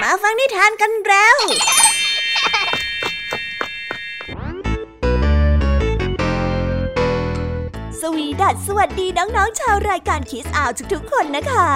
มาฟังนิทานกันแล้วสวัสดีน้องๆชาวรายการคิสอาวทุกๆคนนะคะ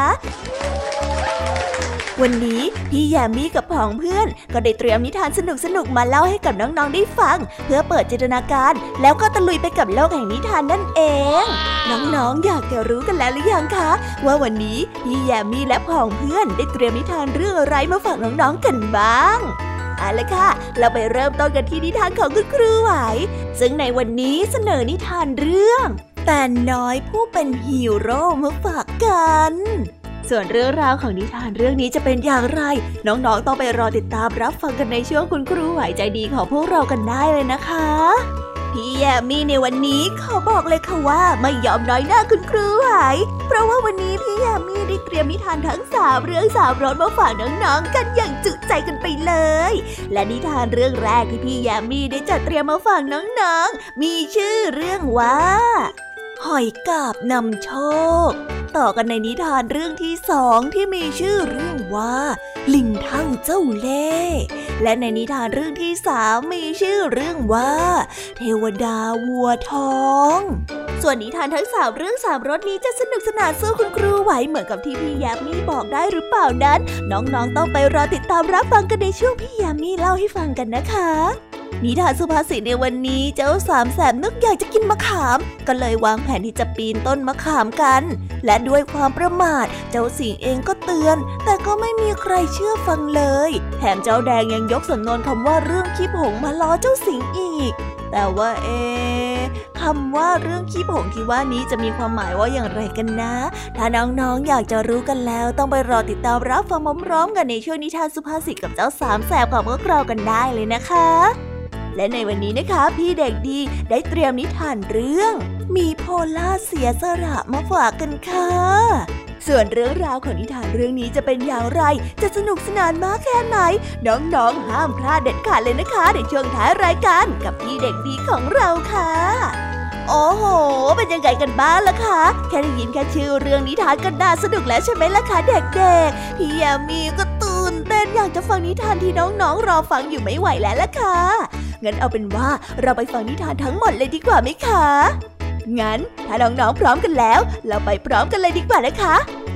วันนี้พี่แยมมี่กับผองเพื่อนก็ได้เตรียมนิทานสนุกๆมาเล่าให้กับน้องๆได้ฟังเพื่อเปิดจินตนาการแล้วก็ตะลุยไปกับโลกแห่งนิทานนั่นเองน้องๆอยากจะรู้กันแล้วหรือยังคะว่าวันนี้พี่แยมมี่และผองเพื่อนได้เตรียมนิทานเรื่องอะไรมาฝากน้องๆกันบ้างเอาล่ะค่ะเราไปเริ่มต้นกันที่นิทานของคุณครูไหวซึ่งในวันนี้เสนอนิทานเรื่องแต่น้อยผู้เป็นฮีโร่มาฝากกันส่วนเรื่องราวของนิทานเรื่องนี้จะเป็นอย่างไรน้องๆต้องไปรอติดตามรับฟังกันในช่วงคุณครูไหวใจดีของพวกเรากันได้เลยนะคะพี่แยมมี่ในวันนี้ขอบอกเลยค่ะว่าไม่ยอมน้อยหน้าคุณครูไหวเพราะว่าวันนี้พี่แยมมี่ได้เตรียมนิทานทั้ง3เรื่อง3รสมาฝากน้องๆกันอย่างจุใจกันไปเลยและนิทานเรื่องแรกที่พี่แยมมี่ได้จัดเตรียมมาฝากน้องๆมีชื่อเรื่องว่าหอยกาบนำโชคต่อกันในนิทานเรื่องที่2ที่มีชื่อเรื่องว่าลิงเท่าเจ้าเล่ห์และในนิทานเรื่องที่3มีชื่อเรื่องว่าเทวดาวัวทองส่วนนิทานทั้ง3เรื่อง3รสนี้จะสนุกสนานสู้คุณครูไหวเหมือนกับที่พี่แยมมี่บอกได้หรือเปล่านั้นน้องๆต้องไปรอติดตามรับฟังกันในช่วงพี่แยมมี่เล่าให้ฟังกันนะคะนิทานสุภาษิตในวันนี้เจ้าสามแสบนึกอยากจะกินมะขามก็เลยวางแผนที่จะปีนต้นมะขามกันและด้วยความประมาทเจ้าสิงเองก็เตือนแต่ก็ไม่มีใครเชื่อฟังเลยแถมเจ้าแดงยังยกสำนวนคำว่าเรื่องขี้ผงมาล้อเจ้าสิงอีกแต่ว่าคำว่าเรื่องขี้ผงที่ว่านี้จะมีความหมายว่าอย่างไรกันนะถ้าน้องๆอยากจะรู้กันแล้วต้องไปรอติดตามรับฟังพร้อมๆกันในช่วงนิทานสุภาษิตกับเจ้าสามแสบของพวกเรากันได้เลยนะคะและในวันนี้นะคะพี่เด็กดีได้เตรียมนิทานเรื่องมีโพล่าเสียสละมาฝากกันค่ะส่วนเรื่องราวของนิทานเรื่องนี้จะเป็นอย่างไรจะสนุกสนานมากแค่ไหนน้องๆห้ามพลาดเด็ดขาดเลยนะคะในช่วงท้ายรายการกับพี่เด็กดีของเราค่ะโอ้โหเป็นยังไงกันบ้างล่ะคะแค่ได้ยินแค่ชื่อเรื่องนิทานก็น่าสนุกแล้วใช่ไหมล่ะคะเด็กๆพี่ยามีก็ตื่นเต้นอยากจะฟังนิทานที่น้องๆรอฟังอยู่ไม่ไหวแล้วล่ะค่ะงั้นเอาเป็นว่าเราไปฟังนิทานทั้งหมดเลยดีกว่าไหมคะงั้นถ้าน้องๆพร้อมกันแล้วเราไปพร้อมกันเลยดีกว่านะคะ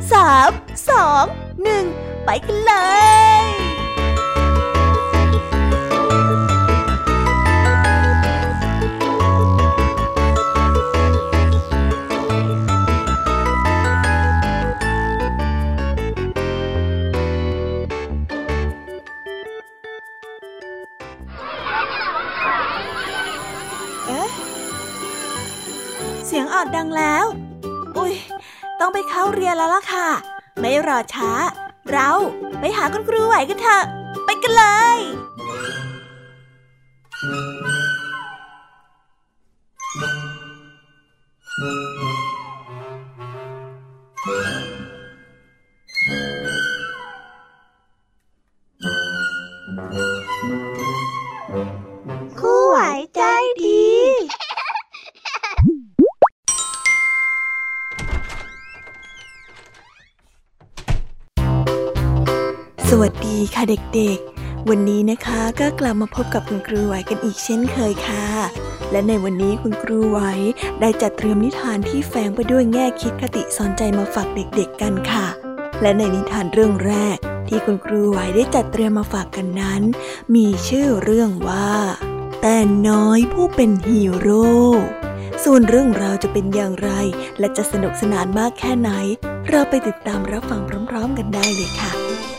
3 2 1ไปกันเลยเสียงออดดังแล้วอุ๊ยต้องไปเข้าเรียนแล้วล่ะค่ะไม่รอช้าเราไปหาคุณครูไหวกันเถอะไปกันเลยครูไหวใจดีสวัสดีค่ะเด็กๆวันนี้นะคะก็กลับมาพบกับคุณครูไหวกันอีกเช่นเคยค่ะและในวันนี้คุณครูไหวได้จัดเตรียมนิทานที่แฝงไปด้วยแง่คิดคติสอนใจมาฝากเด็กๆกันค่ะและในนิทานเรื่องแรกที่คุณครูไหวได้จัดเตรียมมาฝากกันนั้นมีชื่อเรื่องว่าแต่น้อยผู้เป็นฮีโร่ส่วนเรื่องราวจะเป็นอย่างไรและจะสนุกสนานมากแค่ไหนเราไปติดตามรับฟังพร้อมๆกันได้เลยค่ะ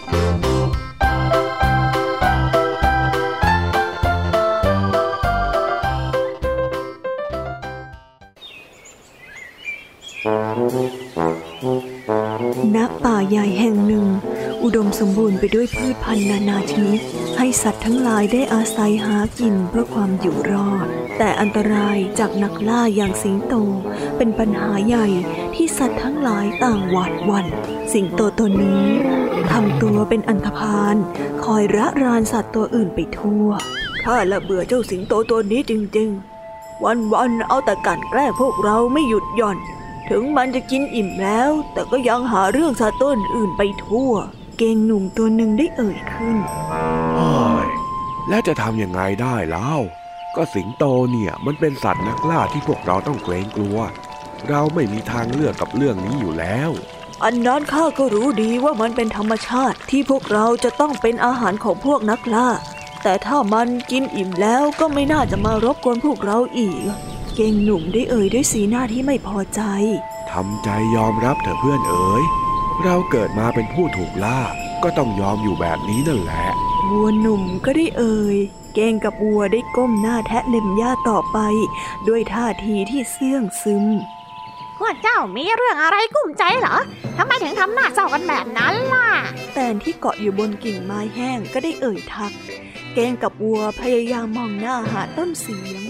ณ ป่าใหญ่แห่งหนึ่งอุดมสมบูรณ์ไปด้วยพืชพันธุ์นานาชนิดให้สัตว์ทั้งหลายได้อาศัยหากินเพื่อความอยู่รอดแต่อันตรายจากนักล่าอย่างสิงโตเป็นปัญหาใหญ่ที่สัตว์ทั้งหลายต่างหวาดหวั่นสิงโตตัวนี้ทำตัวเป็นอันธพาลคอยระรานสัตว์ตัวอื่นไปทั่วข้าละเบื่อเจ้าสิงโตตัวนี้จริงๆวันๆเอาแต่กัดแกล้งพวกเราไม่หยุดหย่อนถึงมันจะกินอิ่มแล้วแต่ก็ยังหาเรื่องสัตว์ตัวอื่นไปทั่วเก้งหนุ่มตัวหนึ่งได้เอ่ยขึ้นแล้วจะทำยังไงได้เล่าก็สิงโตเนี่ยมันเป็นสัตว์นักล่าที่พวกเราต้องเกรงกลัวเราไม่มีทางเลือกกับเรื่องนี้อยู่แล้วอันนั้นข้าก็รู้ดีว่ามันเป็นธรรมชาติที่พวกเราจะต้องเป็นอาหารของพวกนักล่าแต่ถ้ามันกินอิ่มแล้วก็ไม่น่าจะมารบกวนพวกเราอีกเก้งหนุ่มได้เอ่ยด้วยสีหน้าที่ไม่พอใจทำใจยอมรับเถอะเพื่อนเอ๋ยเราเกิดมาเป็นผู้ถูกล่าก็ต้องยอมอยู่แบบนี้นั่นแหละวัวหนุ่มก็ได้เอ่ยเก้งกับวัวได้ก้มหน้าแทะเล็มหญ้าต่อไปด้วยท่าทีที่เสื่องซึมพวกเจ้ามีเรื่องอะไรกุ้มใจเหรอทำไมถึงทำหน้าเศร้ากันแบบนั้นล่ะแตนที่เกาะอยู่บนกิ่งไม้แห้งก็ได้เอ่ยทักเก้งกับวัวพยายามมองหน้าหาต้นเสียง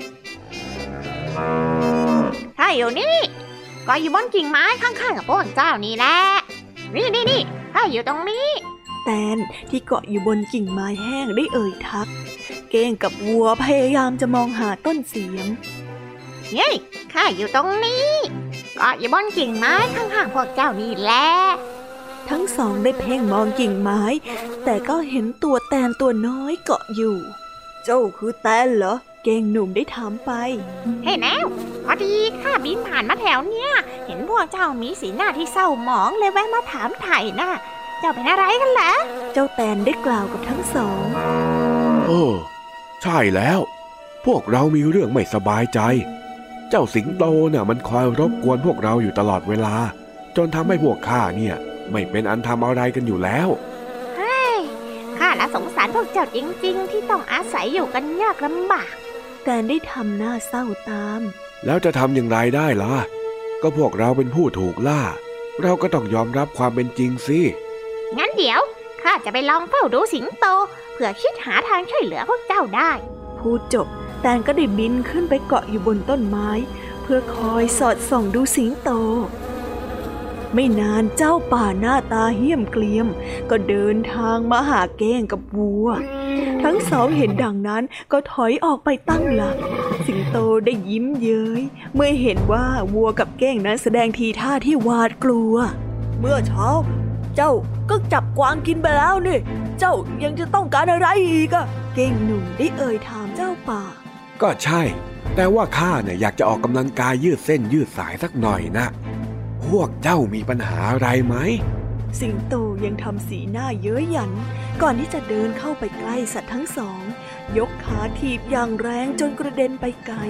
ถ้าอยู่นี่ก็อยู่บนกิ่งไม้ข้างๆกับพวกเจ้านี่แหละนี่ถ้าอยู่ตรงนี้แตนที่เกาะอยู่บนกิ่งไม้แห้งได้เอ่ยทักเก้งกับวัวพยายามจะมองหาต้นเสียงเฮ้ยข้าอยู่ตรงนี้เกาะอยู่บนกิ่งไม้ข้างๆพวกเจ้านี่แหละทั้งสองได้เพ่งมองกิ่งไม้แต่ก็เห็นตัวแตนตัวน้อยเกาะอยู่เจ้าคือแตนเหรอเก้งหนุ่มได้ถามไปเฮ้แนวพอดีข้าบินผ่านมาแถวเนี้ยเห็นพวกเจ้ามีสีหน้าที่เศร้าหมองเลยแวะมาถามไถ่น่ะเจ้าเป็นอะไรกันล่ะเจ้าแตนได้กล่าวกับทั้งสองใช่แล้วพวกเรามีเรื่องไม่สบายใจเจ้าสิงโตน่ะมันคอยรบกวนพวกเราอยู่ตลอดเวลาจนทำให้พวกข้าเนี่ยไม่เป็นอันทำอะไรกันอยู่แล้วเฮ้ยข้าละสงสารพวกเจ้าจริงๆที่ต้องอาศัยอยู่กันยากลำบากแต่ได้ทำหน้าเศร้าตามแล้วจะทำอย่างไรได้ล่ะก็พวกเราเป็นผู้ถูกล่าเราก็ต้องยอมรับความเป็นจริงสิงั้นเดี๋ยวข้าจะไปลองเฝ้าดูสิงโตเพื่อคิดหาทางช่วยเหลือพวกเจ้าได้พูดจบแตนก็ได้บินขึ้นไปเกาะอยู่บนต้นไม้เพื่อคอยสอดส่องดูสิงโตไม่นานเจ้าป่าหน้าตาเหี้ยมเกรียมก็เดินทางมาหาเก้งกับวัวทั้งสองเห็นดังนั้นก็ถอยออกไปตั้งหลักสิงโตได้ยิ้มเย้ยเมื่อเห็นว่าวัวกับเก้งนั้นแสดงทีท่าที่หวาดกลัวเมื่อเช้าเจ้าก็จับกวางกินไปแล้วนี่เจ้ายังจะต้องการอะไรอีกอะเก้งหนุ่มได้เอ่ยถามเจ้าป่าก็ใช่แต่ว่าข้าเนี่ยอยากจะออกกำลังกายยืดเส้นยืดสายสักหน่อยนะพวกเจ้ามีปัญหาอะไรไหมสิงโตยังทำสีหน้าเย้ยหยันก่อนที่จะเดินเข้าไปใกล้สัตว์ทั้งสองยกขาถีบอย่างแรงจนกระเด็นไปไกล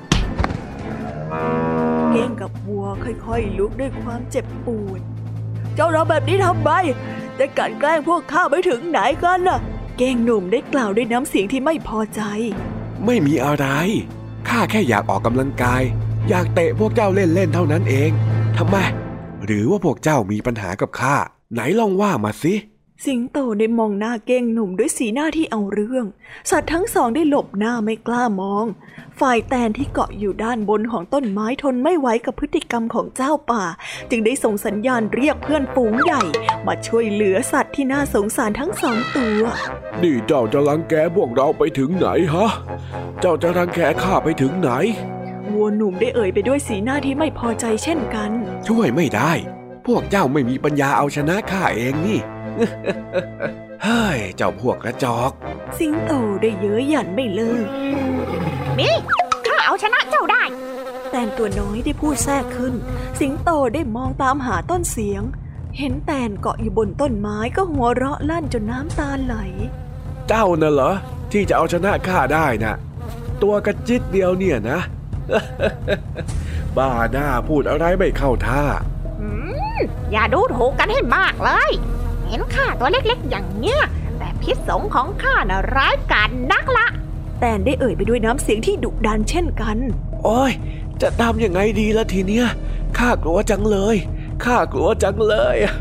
เก้งกับวัวค่อยๆลุกด้วยความเจ็บปวดเจ้าทำแบบนี้ทำไมจะกลั่นแกล้งพวกข้าไปถึงไหนกันน่ะเก้งหนุ่มได้กล่าวด้วยน้ำเสียงที่ไม่พอใจไม่มีอะไรข้าแค่อยากออกกำลังกายอยากเตะพวกเจ้าเล่นๆเท่านั้นเองทำไมหรือว่าพวกเจ้ามีปัญหากับข้าไหนลองว่ามาสิสิงโตได้มองหน้าเก้งหนุ่มด้วยสีหน้าที่เอาเรื่องสัตว์ทั้งสองได้หลบหน้าไม่กล้ามองฝ่ายแตนที่เกาะอยู่ด้านบนของต้นไม้ทนไม่ไหวกับพฤติกรรมของเจ้าป่าจึงได้ส่งสัญญาณเรียกเพื่อนฝูงใหญ่มาช่วยเหลือสัตว์ที่น่าสงสารทั้งสองตัวนี่เจ้าจะรังแกพวกเราไปถึงไหนฮะเจ้าจะรังแกข้าไปถึงไหนวัวหนุ่มได้เอ่ยไปด้วยสีหน้าที่ไม่พอใจเช่นกันช่วยไม่ได้พวกเจ้าไม่มีปัญญาเอาชนะข้าเองนี่ เฮ้ยเจ้าพวกกระจอกสิงโตได้เย้ยหยันไม่เลิกนี่ข้าเอาชนะเจ้าได้แตนตัวน้อยได้พูดแทรกขึ้นสิงโตได้มองตามหาต้นเสียงเห็นแตนเกาะอยู่บนต้นไม้ก็หัวเราะลั่นจนน้ำตาไหลเจ้าน่ะเหรอที่จะเอาชนะข้าได้น่ะตัวกระจิตเดียวเนี่ยนะ บ้าหน้าพูดอะไรไม่เข้าท่าอย่าดูถูกกันให้มากเลยเห็นข้าตัวเล็กๆอย่างเนี้ยแต่พิษสงของข้าน่ะร้ายกาจนักละแตนได้เอ่ยไปด้วยน้ำเสียงที่ดุดันเช่นกันโอ้ยจะทำยังไงดีล่ะทีเนี้ยข้ากลัวจังเลยข้ากลัวจังเลย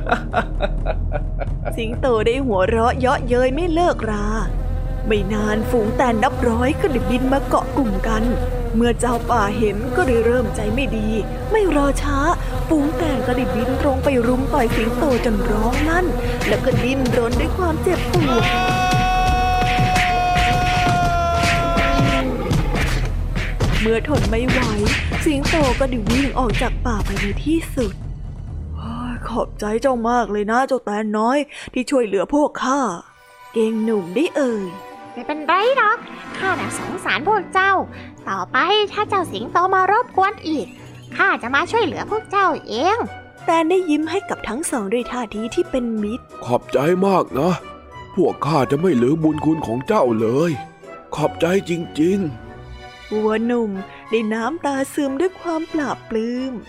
สิงโตได้หัวเราะเยาะเย้ยไม่เลิกราไม่นานฝูงแตนนับร้อยก็ได้บินมาเกาะกลุ่มกันเมื่อเจ้าป่าเห็นก็ได้เริ่มใจไม่ดีไม่รอช้าฝูงแตนก็ได้บินตรงไปรุมต่อยสิงโตจนร้องลั่นแล้วก็ดิ้นรนด้วยความเจ็บปวดเมื่อทนไม่ไหวสิงโตก็ได้วิ่งออกจากป่าไปในที่สุดขออบใจเจ้ามากเลยนะเจ้าแตนน้อยที่ช่วยเหลือพวกข้าเก่งหนุ่มได้เอ่ยไม่เป็นไรหรอกข้าน่ะสงสารพวกเจ้าต่อไปถ้าเจ้าสิงโตมารบกวนอีกข้าจะมาช่วยเหลือพวกเจ้าเองแตนได้ยิ้มให้กับทั้งสองด้วยท่าทีที่เป็นมิตรขอบใจมากนะพวกข้าจะไม่ลืมบุญคุณของเจ้าเลยขอบใจจริงๆวัวหนุ่มได้น้ำตาซึมด้วยความปลาบปลื้ม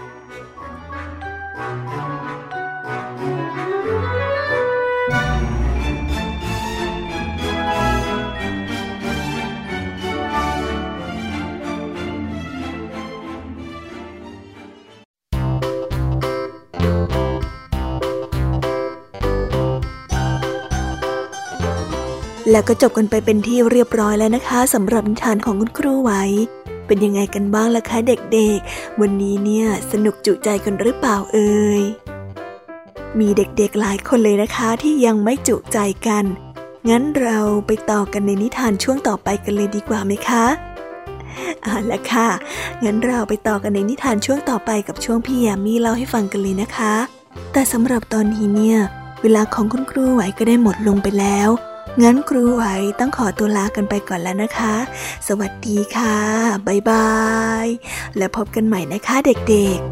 แล้วก็จบกันไปเป็นที่เรียบร้อยแล้วนะคะสำหรับนิทานของคุณครูไหวเป็นยังไงกันบ้างล่ะคะเด็กๆวันนี้เนี่ยสนุกจุใจกันหรือเปล่าเอ่ยมีเด็กๆหลายคนเลยนะคะที่ยังไม่จุใจกันงั้นเราไปต่อกันในนิทานช่วงต่อไปกันเลยดีกว่าไหมคะเอาล่ะค่ะงั้นเราไปต่อกันในนิทานช่วงต่อไปกับช่วงพี่แยมมี่เล่าให้ฟังกันเลยนะคะแต่สำหรับตอนนี้เนี่ยเวลาของคุณครูไหวก็ได้หมดลงไปแล้วงั้นครูไหวต้องขอตัวลากันไปก่อนแล้วนะคะสวัสดีค่ะบ๊ายบายแล้วพบกันใหม่นะคะเด็กๆ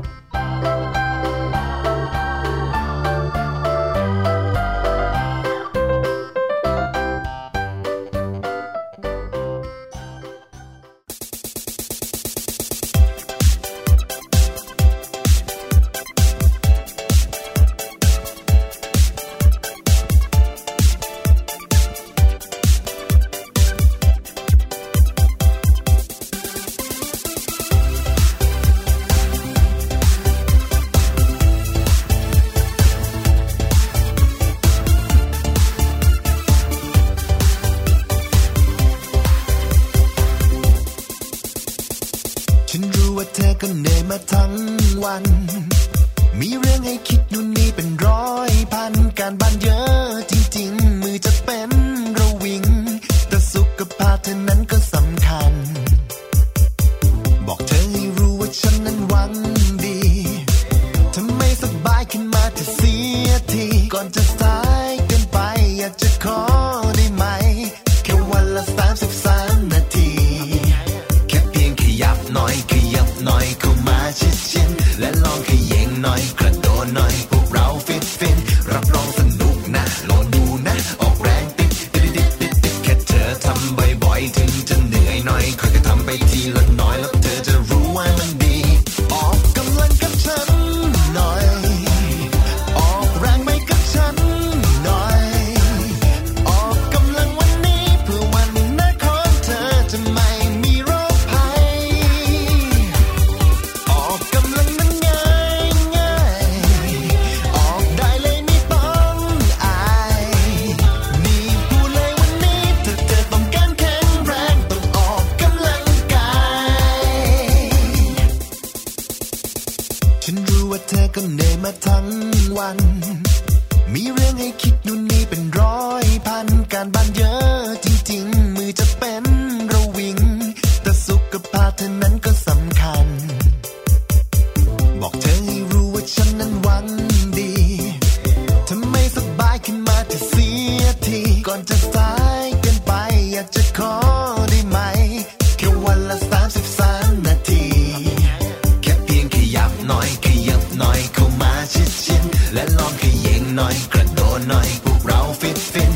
และลองขยิงหน่อยกระโดดหน่อยพวกเราฟิต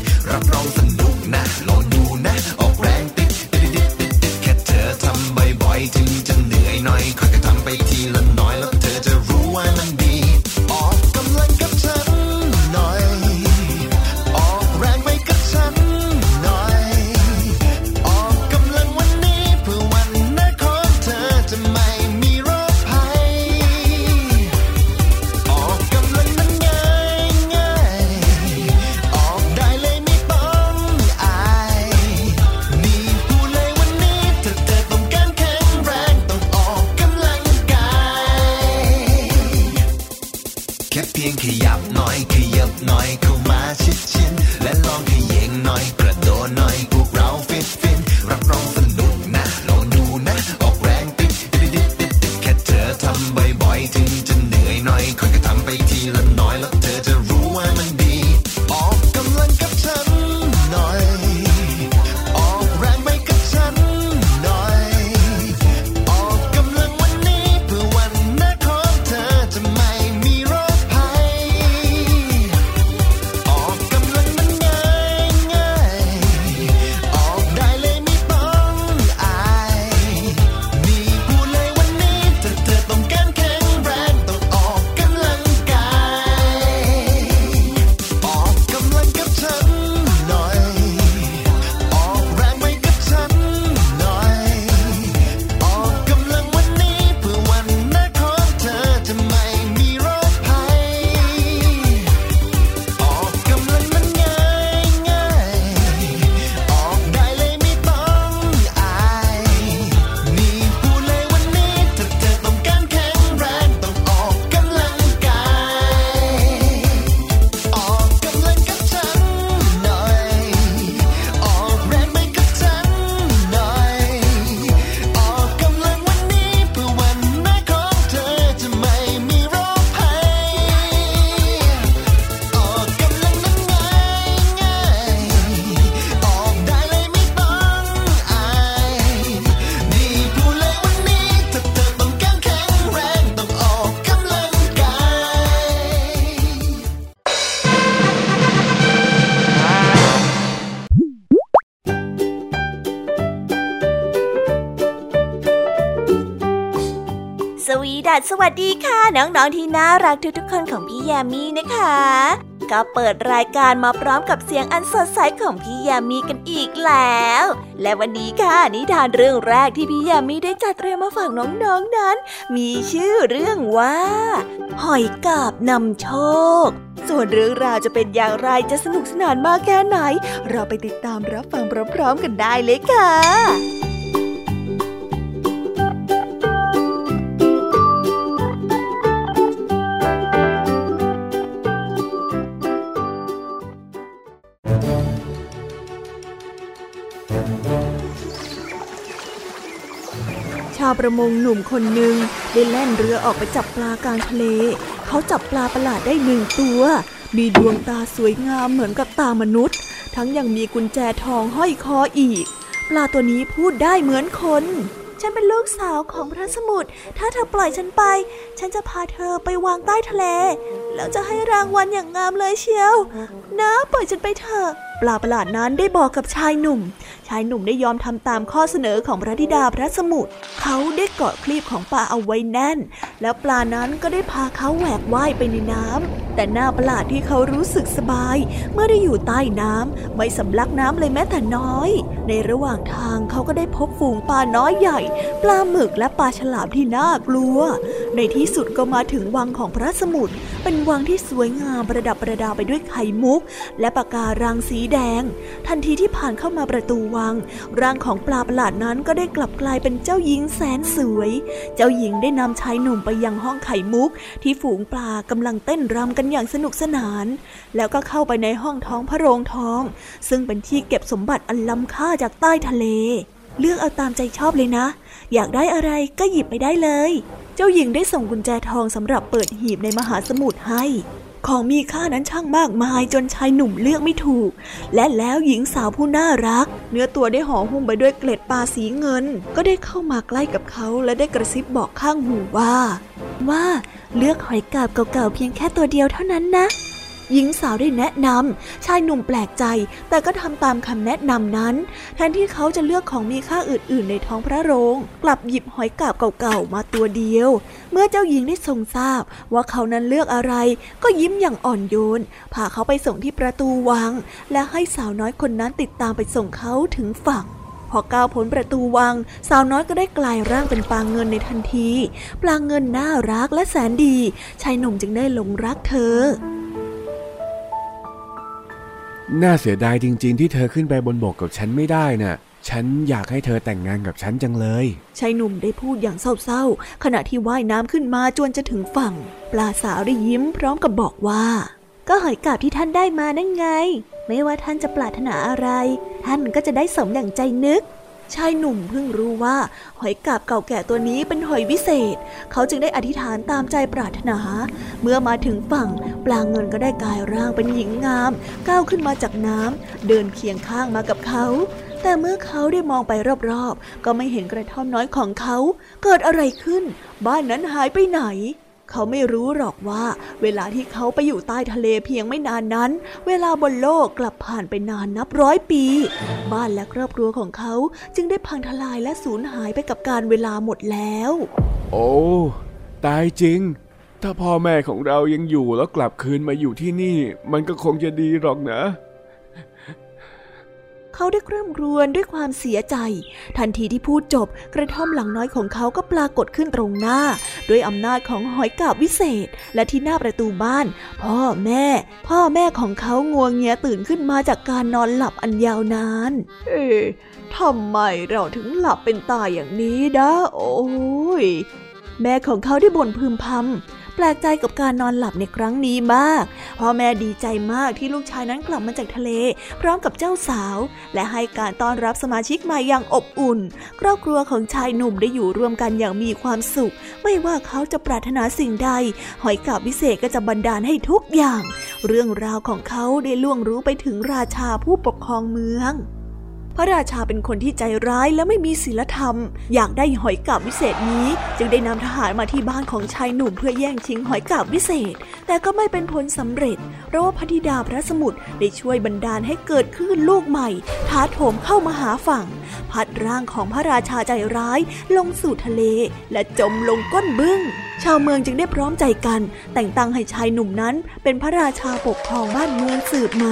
วีดัสสวัสดีค่ะน้องๆที่น่ารักทุกๆคนของพี่ยามีนะคะก็เปิดรายการมาพร้อมกับเสียงอันสดใสของพี่ยามีกันอีกแล้วและวันนี้ค่ะนิทานเรื่องแรกที่พี่ยามีได้จัดเตรียมมาฝากน้องๆนั้นมีชื่อเรื่องว่าหอยกาบนำโชคส่วนเรื่องราวจะเป็นอย่างไรจะสนุกสนานมากแค่ไหนเราไปติดตามรับฟังพร้อมๆกันได้เลยค่ะชาวประมงหนุ่มคนหนึ่งได้แล่นเรือออกไปจับปลากลางทะเลเขาจับปลาประหลาดได้1 ตัวมีดวงตาสวยงามเหมือนกับตามนุษย์ทั้งยังมีกุญแจทองห้อยคออีกปลาตัวนี้พูดได้เหมือนคนฉันเป็นลูกสาวของพระสมุทรถ้าเธอปล่อยฉันไปฉันจะพาเธอไปวางใต้ทะเลแล้วจะให้รางวัลอย่างงามเลยเชียวนะปล่อยฉันไปเถอะปลาประหลาดนั้นได้บอกกับชายหนุ่มได้ยอมทำตามข้อเสนอของพระธิดาพระสมุทรเขาได้เกาะคลีบของปลาเอาไว้แน่นแล้วปลานั้นก็ได้พาเขาแหวกว่ายไปในน้ำแต่น่าประหลาดที่เขารู้สึกสบายเมื่อได้อยู่ใต้น้ำไม่สำลักน้ำเลยแม้แต่น้อยในระหว่างทางเขาก็ได้พบฝูงปลาน้อยใหญ่ปลาหมึกและปลาฉลามที่น่ากลัวในที่สุดก็มาถึงวังของพระสมุทรเป็นวังที่สวยงามประดับประดาไปด้วยไข่มุกและปะการังสีแดงทันทีที่ผ่านเข้ามาประตูวังร่างของปลาประหลาดนั้นก็ได้กลับกลายเป็นเจ้าหญิงแสนสวยเจ้าหญิงได้นำชายหนุ่มไปยังห้องไข่มุกที่ฝูงปลากำลังเต้นรำกันอย่างสนุกสนานแล้วก็เข้าไปในห้องท้องพระโรงทองซึ่งเป็นที่เก็บสมบัติอันล้ำค่าจากใต้ทะเลเลือกเอาตามใจชอบเลยนะอยากได้อะไรก็หยิบไปได้เลยเจ้าหญิงได้ส่งกุญแจทองสำหรับเปิดหีบในมหาสมุทรให้ของมีค่านั้นช่างมากมายจนชายหนุ่มเลือกไม่ถูกและแล้วหญิงสาวผู้น่ารักเนื้อตัวได้ห่อหุ้มไปด้วยเกล็ดปลาสีเงินก็ได้เข้ามาใกล้กับเขาและได้กระซิบบอกข้างหูว่าเลือกหอยกาบเก่าๆเพียงแค่ตัวเดียวเท่านั้นนะหญิงสาวได้แนะนำชายหนุ่มแปลกใจแต่ก็ทำตามคำแนะนำนั้นแทนที่เขาจะเลือกของมีค่าอื่นๆในท้องพระโรงกลับหยิบหอยกาบเก่าๆมาตัวเดียวเมื่อเจ้าหญิงได้ทรงทราบว่าเขานั้นเลือกอะไรก็ยิ้มอย่างอ่อนโยนพาเขาไปส่งที่ประตูวังและให้สาวน้อยคนนั้นติดตามไปส่งเขาถึงฝั่งพอก้าวพ้นประตูวังสาวน้อยก็ได้กลายร่างเป็นปลาเงินในทันทีปลาเงินน่ารักและแสนดีชายหนุ่มจึงได้หลงรักเธอน่าเสียดายจริงๆที่เธอขึ้นไปบนบกกับฉันไม่ได้น่ะฉันอยากให้เธอแต่งงานกับฉันจังเลยชายหนุ่มได้พูดอย่างเศร้าๆขณะที่ว่ายน้ำขึ้นมาจนจะถึงฝั่งปลาสาวได้ยิ้มพร้อมกับบอกว่าก็หอยกาบที่ท่านได้มานั่นไงไม่ว่าท่านจะปรารถนาอะไรท่านก็จะได้สมดั่งใจนึกชายหนุ่มเพิ่งรู้ว่าหอยกาบเก่าแก่ตัวนี้เป็นหอยวิเศษเขาจึงได้อธิษฐานตามใจปรารถนาเมื่อมาถึงฝั่งปลาเงินก็ได้กลายร่างเป็นหญิงงามก้าวขึ้นมาจากน้ำเดินเคียงข้างมากับเขาแต่เมื่อเขาได้มองไปรอบๆก็ไม่เห็นกระท่อมน้อยของเขาเกิดอะไรขึ้นบ้านนั้นหายไปไหนเขาไม่รู้หรอกว่าเวลาที่เขาไปอยู่ใต้ทะเลเพียงไม่นานนั้นเวลาบนโลกกลับผ่านไปนานนับ100 ปีบ้านและครอบครัวของเขาจึงได้พังทลายและสูญหายไปกับกาลเวลาหมดแล้วโอ้ตายจริงถ้าพ่อแม่ของเรายังอยู่แล้วกลับคืนมาอยู่ที่นี่มันก็คงจะดีหรอกนะเขาได้คร่ำครวญด้วยความเสียใจทันทีที่พูดจบกระท่อมหลังน้อยของเขาก็ปรากฏขึ้นตรงหน้าด้วยอำนาจของหอยกาบวิเศษและที่หน้าประตูบ้านพ่อแม่ของเขางัวเงียตื่นขึ้นมาจากการนอนหลับอันยาวนานทำไมเราถึงหลับเป็นตายอย่างนี้นะโอ้ยแม่ของเขาได้บ่นพึมพำแปลกใจกับการนอนหลับในครั้งนี้มากพ่อแม่ดีใจมากที่ลูกชายนั้นกลับมาจากทะเลพร้อมกับเจ้าสาวและให้การต้อนรับสมาชิกใหม่อย่างอบอุ่นครอบครัวของชายหนุ่มได้อยู่ร่วมกันอย่างมีความสุขไม่ว่าเขาจะปรารถนาสิ่งใดหอยกาบวิเศษก็จะบันดาลให้ทุกอย่างเรื่องราวของเขาได้ล่วงรู้ไปถึงราชาผู้ปกครองเมืองพระราชาเป็นคนที่ใจร้ายและไม่มีศีลธรรมอยากได้หอยกาบวิเศษนี้จึงได้นำทหารมาที่บ้านของชายหนุ่มเพื่อแย่งชิงหอยกาบวิเศษแต่ก็ไม่เป็นผลสำเร็จเพราะว่าพระธิดาพระสมุทรได้ช่วยบันดาลให้เกิดคลื่นลูกใหม่ท้าโถมเข้ามาหาฝั่งพัดร่างของพระราชาใจร้ายลงสู่ทะเลและจมลงก้นบึ้งชาวเมืองจึงได้พร้อมใจกันแต่งตั้งให้ชายหนุ่มนั้นเป็นพระราชาปกครองบ้านเมืองสืบมา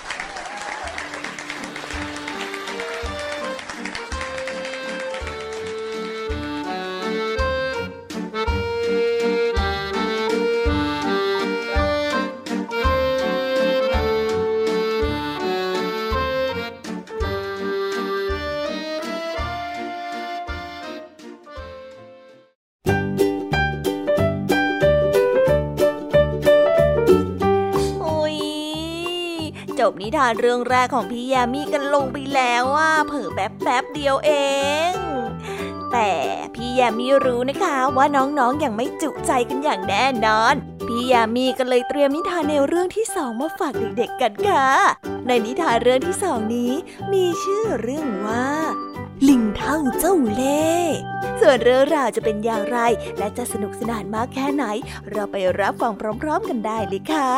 จบนิทานเรื่องแรกของพี่ยามีกันลงไปแล้วเผลอแป๊บเดียวเองแต่พี่ยามีรู้นะคะว่าน้องๆยังไม่จุใจกันอย่างแน่นอนพี่ยามีก็เลยเตรียมนิทานแนวเรื่องที่2มาฝากเด็กๆกันค่ะในนิทานเรื่องที่2นี้มีชื่อเรื่องว่าลิงเท่าเจ้าเล่ห์ส่วนเรื่องราวจะเป็นอย่างไรและจะสนุกสนานมากแค่ไหนเราไปรับฟังพร้อมๆกันได้เลยค่ะ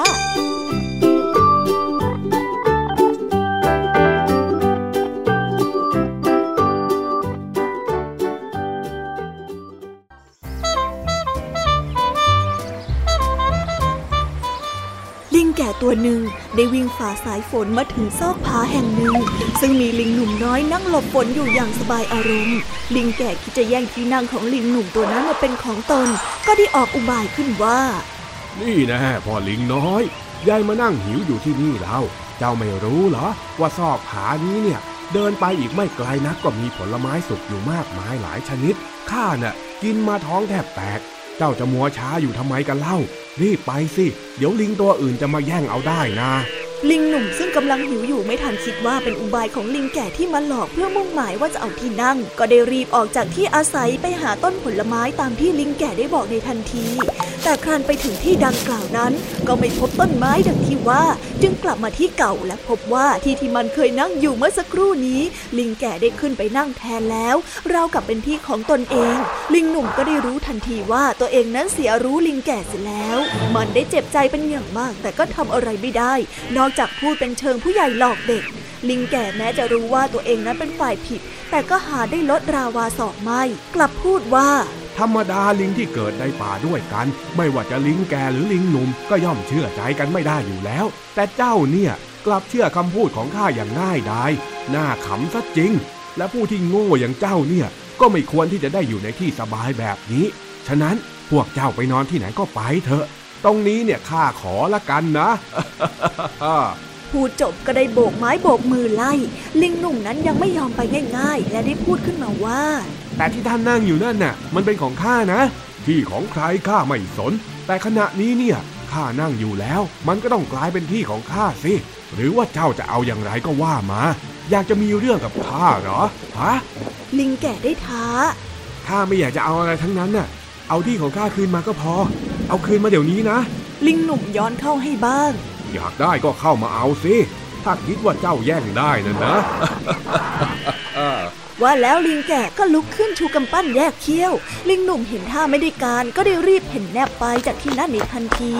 ลิงแก่ตัวหนึ่งได้วิ่งฝ่าสายฝนมาถึงซอกผาแห่งหนึ่งซึ่งมีลิงหนุ่มน้อยนั่งหลบฝนอยู่อย่างสบายอารมณ์ลิงแก่คิดจะแย่งที่นั่งของลิงหนุ่มตัวนั้นมาเป็นของตนก็ได้ออกอุบายขึ้นว่านี่นะพ่อลิงน้อยยายมานั่งหิวอยู่ที่นี่แล้วเจ้าไม่รู้เหรอว่าซอกผานี้เนี่ยเดินไปอีกไม่ไกลนักก็มีผลไม้สุกอยู่มากมายหลายชนิดข้าน่ะกินมาท้องแทบแตกเจ้าจะมัวช้าอยู่ทำไมกันเล่ารีบไปสิเดี๋ยวลิงตัวอื่นจะมาแย่งเอาได้นะลิงหนุ่มซึ่งกำลังหิวอยู่ไม่ทันคิดว่าเป็นอุบายของลิงแก่ที่มาหลอกเพื่อมุ่งหมายว่าจะเอาที่นั่งก็ได้รีบออกจากที่อาศัยไปหาต้นผลไม้ตามที่ลิงแก่ได้บอกในทันทีแต่ครั้นไปถึงที่ดังกล่าวนั้นก็ไม่พบต้นไม้ดังที่ว่าจึงกลับมาที่เก่าและพบว่าที่มันเคยนั่งอยู่เมื่อสักครู่นี้ลิงแก่ได้ขึ้นไปนั่งแทนแล้วราวกับเป็นที่ของตนเองลิงหนุ่มก็ได้รู้ทันทีว่าตัวเองนั้นเสียรู้ลิงแก่เสียแล้วมันได้เจ็บใจเป็นอย่างมากแต่ก็ทำอะไรไม่ได้นอกจากพูดเป็นเชิงผู้ใหญ่หลอกเด็กลิงแก่แม้จะรู้ว่าตัวเองนั้นเป็นฝ่ายผิดแต่ก็หาได้ลดราวาศอกไม่กลับพูดว่าธรรมดาลิงที่เกิดในป่าด้วยกันไม่ว่าจะลิงแก่หรือลิงหนุ่มก็ย่อมเชื่อใจกันไม่ได้อยู่แล้วแต่เจ้าเนี่ยกลับเชื่อคำพูดของข้าอย่างง่ายดายน่าขำซะจริงและผู้ที่โง่อย่างเจ้าเนี่ยก็ไม่ควรที่จะได้อยู่ในที่สบายแบบนี้ฉะนั้นพวกเจ้าไปนอนที่ไหนก็ไปเถอะตรงนี้เนี่ยข้าขอละกันนะพูดจบก็ได้โบกไม้โบกมือไล่ลิงหนุ่มนั้นยังไม่ยอมไปง่ายๆและได้พูดขึ้นมาว่าแต่ที่ท่านนั่งอยู่นั่นน่ะมันเป็นของข้านะที่ของใครข้าไม่สนแต่ขณะนี้เนี่ยข้านั่งอยู่แล้วมันก็ต้องกลายเป็นที่ของข้าสิหรือว่าเจ้าจะเอาอย่างไรก็ว่ามาอยากจะมีเรื่องกับข้าเหรอฮะลิงแก่ได้ท้าข้าไม่อยากจะเอาอะไรทั้งนั้นน่ะเอาที่ของข้าคืนมาก็พอเอาคืนมาเดี๋ยวนี้นะลิงหนุ่มย้อนเข้าให้บ้างอยากได้ก็เข้ามาเอาสิถ้าคิดว่าเจ้าแย่งได้นั่นนะว่าแล้วลิงแก่ก็ลุกขึ้นชูกำปั้นแยกเขี้ยวลิงหนุ่มเห็นท่าไม่ได้การก็ได้รีบเพ่นแนบไปจากที่นั่นในทันที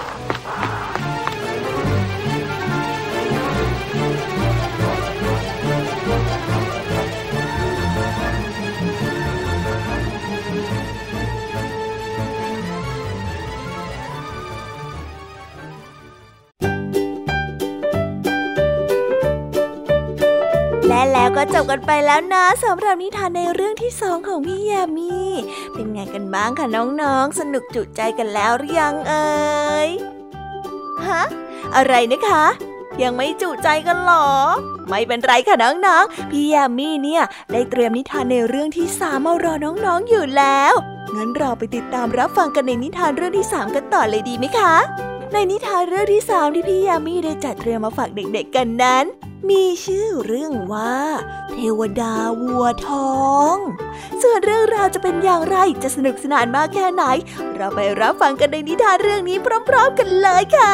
และแล้วก็จบกันไปแล้วนะสำหรับนิทานในเรื่องที่2ของพี่ยามีเป็นไงกันบ้างคะน้องๆสนุกจุใจกันแล้วหรือยังเอ่ยฮะอะไรนะคะยังไม่จุใจกันหรอไม่เป็นไรค่ะน้องๆพี่ยามีเนี่ยได้เตรียมนิทานในเรื่องที่3มารอน้องๆอยู่แล้วงั้นเราไปติดตามรับฟังกันในนิทานเรื่องที่3กันต่อเลยดีไหมคะในนิทานเรื่องที่3ที่พี่ยามีได้จัดเตรียมมาฝากเด็กๆกันนั้นมีชื่อเรื่องว่าเทวดาวัวทองส่วนเรื่องราวจะเป็นอย่างไรจะสนุกสนานมากแค่ไหนเราไปรับฟังกันในนิทานเรื่องนี้พร้อมๆกันเลยค่ะ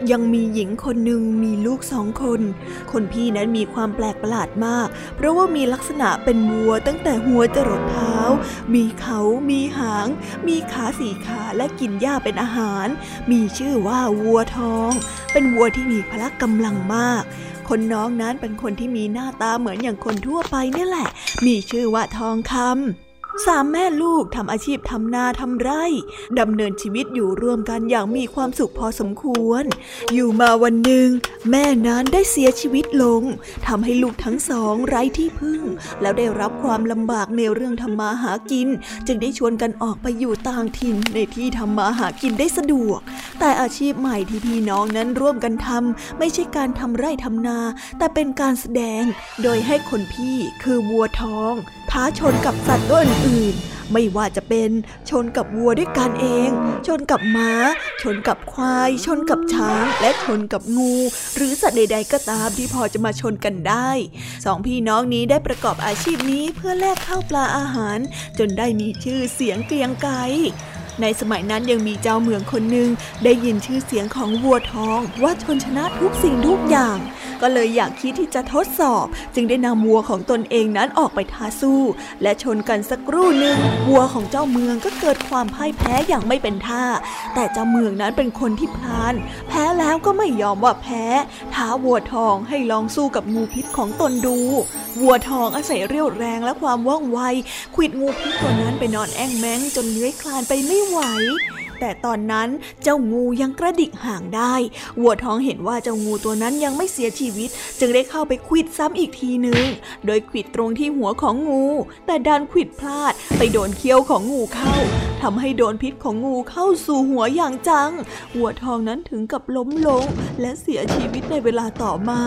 ยังมีหญิงคนหนึ่งมีลูก2 คนคนพี่นั้นมีความแปลกประหลาดมากเพราะว่ามีลักษณะเป็นวัวตั้งแต่หัวจรดเท้ามีเขามีหางมีขา4 ขาและกินหญ้าเป็นอาหารมีชื่อว่าวัวทองเป็นวัวที่มีพละกำลังมากคนน้องนั้นเป็นคนที่มีหน้าตาเหมือนอย่างคนทั่วไปนี่แหละมีชื่อว่าทองคำ3 แม่ลูกทำอาชีพทำนาทำไร่ดำเนินชีวิตอยู่ร่วมกันอย่างมีความสุขพอสมควรอยู่มาวันหนึ่งแม่นั้นได้เสียชีวิตลงทำให้ลูกทั้ง2ไร้ที่พึ่งแล้วได้รับความลำบากในเรื่องทำมาหากินจึงได้ชวนกันออกไปอยู่ต่างถิ่นในที่ทำมาหากินได้สะดวกแต่อาชีพใหม่ที่พี่น้องนั้นร่วมกันทำไม่ใช่การทำไร่ทำนาแต่เป็นการแสดงโดยให้คนพี่คือวัวทองท้าชนกับสัตว์ตัวอื่นๆไม่ว่าจะเป็นชนกับวัวด้วยกันเองชนกับม้าชนกับควายชนกับช้างและชนกับงูหรือสัตว์ใดๆก็ตามที่พอจะมาชนกันได้2 พี่น้องนี้ได้ประกอบอาชีพนี้เพื่อแลกข้าวปลาอาหารจนได้มีชื่อเสียงเกรียงไกรในสมัยนั้นยังมีเจ้าเมืองคนหนึ่งได้ยินชื่อเสียงของวัวทองว่าชนชนะทุกสิ่งทุกอย่างก็เลยอยากคิดที่จะทดสอบจึงได้นำวัวของตนเองนั้นออกไปท้าสู้และชนกันสักครู่หนึ่งวัวของเจ้าเมืองก็เกิดความพ่ายแพ้อย่างไม่เป็นท่าแต่เจ้าเมืองนั้นเป็นคนที่พลานแพ้แล้วก็ไม่ยอมว่าแพ้ท้าวัวทองให้ลองสู้กับงูพิษของตนดูวัวทองอาศัยเรี่ยวแรงและความว่องไวขวิดงูพิษตัวนั้นไปนอนแอ่งแม้งจนเลื้อยคลานไปไม่ไหวแต่ตอนนั้นเจ้างูยังกระดิกหางได้วัวทองเห็นว่าเจ้างูตัวนั้นยังไม่เสียชีวิตจึงได้เข้าไปขวิดซ้ำอีกทีนึงโดยขวิดตรงที่หัวของงูแต่ดันขวิดพลาดไปโดนเขี้ยวของงูเข้าทำให้โดนพิษของงูเข้าสู่หัวอย่างจังวัวทองนั้นถึงกับล้มลงและเสียชีวิตในเวลาต่อมา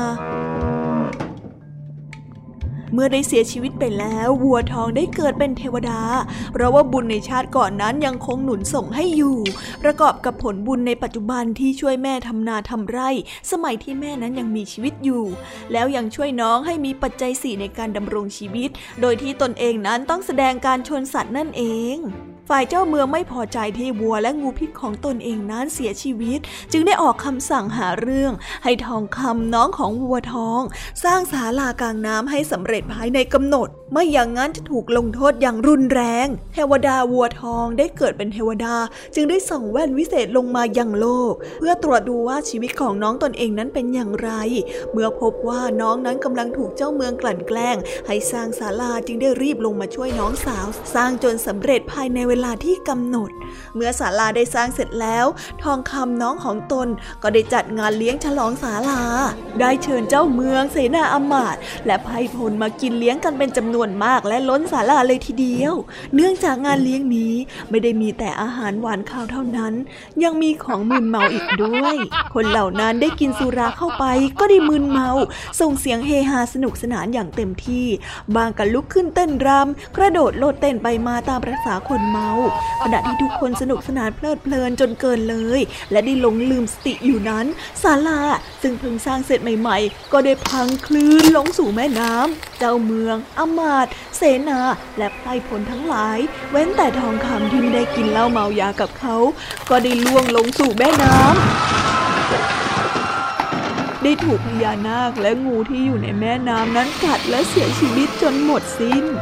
เมื่อได้เสียชีวิตไปแล้ววัวทองได้เกิดเป็นเทวดาเพราะว่าบุญในชาติก่อนนั้นยังคงหนุนส่งให้อยู่ประกอบกับผลบุญในปัจจุบันที่ช่วยแม่ทำนาทำไร่สมัยที่แม่นั้นยังมีชีวิตอยู่แล้วยังช่วยน้องให้มีปัจจัย4ในการดำรงชีวิตโดยที่ตนเองนั้นต้องแสดงการชนสัตว์นั่นเองฝ่ายเจ้าเมืองไม่พอใจที่วัวและงูพิษของตนเองนั้นเสียชีวิตจึงได้ออกคำสั่งหาเรื่องให้ทองคำน้องของวัวทองสร้างศาลากลางน้ำให้สำเร็จภายในกำหนดไม่อย่างนั้นจะถูกลงโทษอย่างรุนแรงเทวดาวัวทองได้เกิดเป็นเทวดาจึงได้ส่องแว่นวิเศษลงมายังโลกเพื่อตรวจดูว่าชีวิตของน้องตนเองนั้นเป็นอย่างไรเมื่อพบว่าน้องนั้นกำลังถูกเจ้าเมืองกลั่นแกล้งให้สร้างศาลาจึงได้รีบลงมาช่วยน้องสาวสร้างจนสำเร็จภายในเวลาที่กำหนดเมื่อศาลาได้สร้างเสร็จแล้วทองคำน้องของตนก็ได้จัดงานเลี้ยงฉลองศาลาได้เชิญเจ้าเมืองเสนาอมาตย์และไพพลมากินเลี้ยงกันเป็นจำนวนมากและล้นศาลาเลยทีเดียวเนื่องจากงานเลี้ยงนี้ไม่ได้มีแต่อาหารหวานข้าวเท่านั้นยังมีของมึนเมาอีกด้วยคนเหล่านั้นได้กินสุราเข้าไปก็ได้มึนเมาส่งเสียงเฮฮาสนุกสนานอย่างเต็มที่บางก็ลุกขึ้นเต้นรำกระโดดโลดเต้นไปมาตามประสาคนเมาขณะที่ทุกคนสนุกสนานเพลิดเพลินจนเกินเลยและได้หลงลืมสติอยู่นั้นศาลาซึ่งเพิ่งสร้างเสร็จใหม่ๆก็ได้พังคลื่นลงสู่แม่น้ำเจ้าเมืองอมาตย์เสนาและไพพลทั้งหลายเว้นแต่ทองคำที่ไม่ได้กินเหล้าเมายากับเขาก็ได้ล่วงลงสู่แม่น้ำได้ถูกพญานาคและงูที่อยู่ในแม่น้ำนั้นกัดและเสียชีวิตจนหมดสิ้น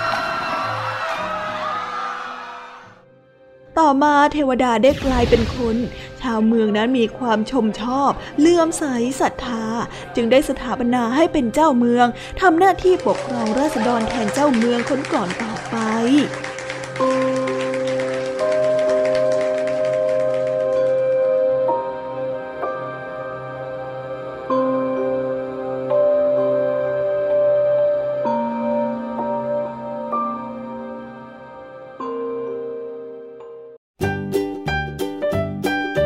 ต่อมาเทวดาได้กลายเป็นคนชาวเมืองนั้นมีความชมชอบเลื่อมใสศรัทธาจึงได้สถาปนาให้เป็นเจ้าเมืองทำหน้าที่ปกครองราษฎรแทนเจ้าเมืองคนก่อนต่อไป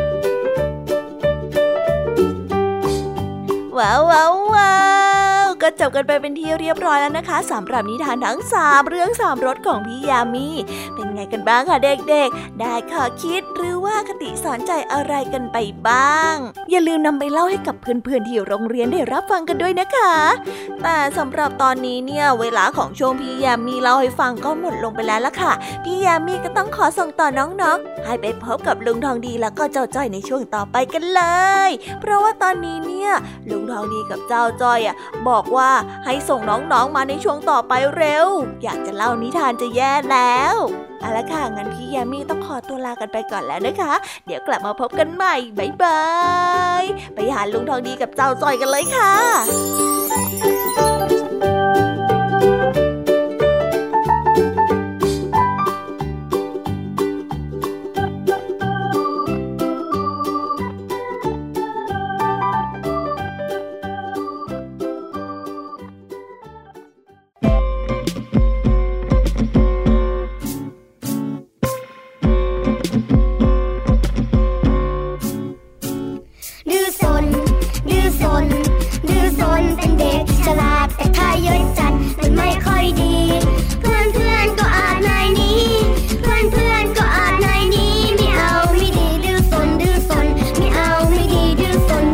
ว้าวว้าวว้าวกระจบกันไปเป็นที่เรียบร้อยแล้วนะคะสำหรับนิทานทั้ง3เรื่อง3รสของพี่ยามีเป็นไงกันบ้างคะเด็กๆได้ข้อคิดหรือว่าคติสอนใจอะไรกันไปบ้างอย่าลืมนำไปเล่าให้กับเพื่อนๆที่โรงเรียนได้รับฟังกันด้วยนะคะแต่สำหรับตอนนี้เนี่ยเวลาของช่วงพี่ยามีเล่าให้ฟังก็หมดลงไปแล้วล่ะค่ะพี่ยามีก็ต้องขอส่งต่อน้องๆให้ไปพบกับลุงทองดีแล้วก็เจ้าจ้อยในช่วงต่อไปกันเลยเพราะว่าตอนนี้เนี่ยลุงทองดีกับเจ้าจ้อยบอกว่าให้ส่งน้องๆมาในช่วงต่อไปเร็วอยากจะเล่านิทานจะแย่แล้วเอาละค่ะงั้นพี่ยามีต้องขอตัวลากันไปก่อนแล้วนะคะเดี๋ยวกลับมาพบกันใหม่บ๊ายบายไปหาลุงทองดีกับเจ้าจ้อยกันเลยค่ะเป็นเด็กฉลาดแต่ถ้าเยอะจัดมันไม่ค่อยดีเพื่อนก็อาจนายนี้เพื่อนก็อาจนายนี้ไม่เอาไม่ดีดื้อซนไม่เอาไม่ดีดื้อซน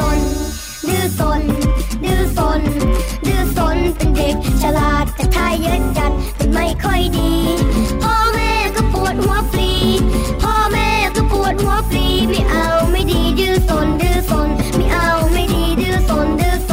เป็นเด็กฉลาดแต่ถ้าเยอะจัดมันไม่ค่อยดีพ่อแม่ก็ปวดหัวฟรีไม่เอาไม่ดีดื้อซนไม่เอาไม่ดีดื้อซน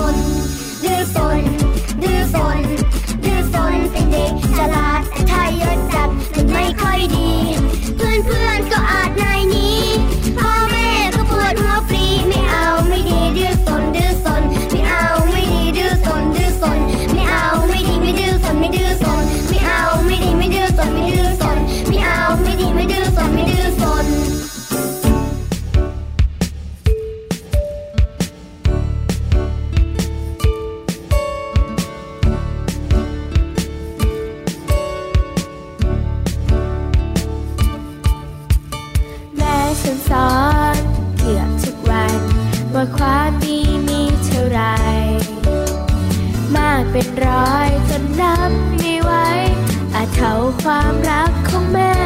เป็นเด็กฉลาดแต่ถ้าเยอะจัดมันไม่ค่อยดีเพื่อนก็อาจนายนี้พ่อแม่ก็ปวดหัวฟรีไม่เอาไม่ดีดื้อซนไม่เอาไม่ดีดื้อซนไม่เอาไม่ดีไม่ดื้อซนไม่เอาไม่ดีไม่ดื้อซนไม่เอาไม่ดีไม่ดื้อซนฉันสอนเกือบทุกวันว่าความดีมีเท่าไรมากเป็นร้อยจนนับไม่ไหวอาจเท่าความรักของแม่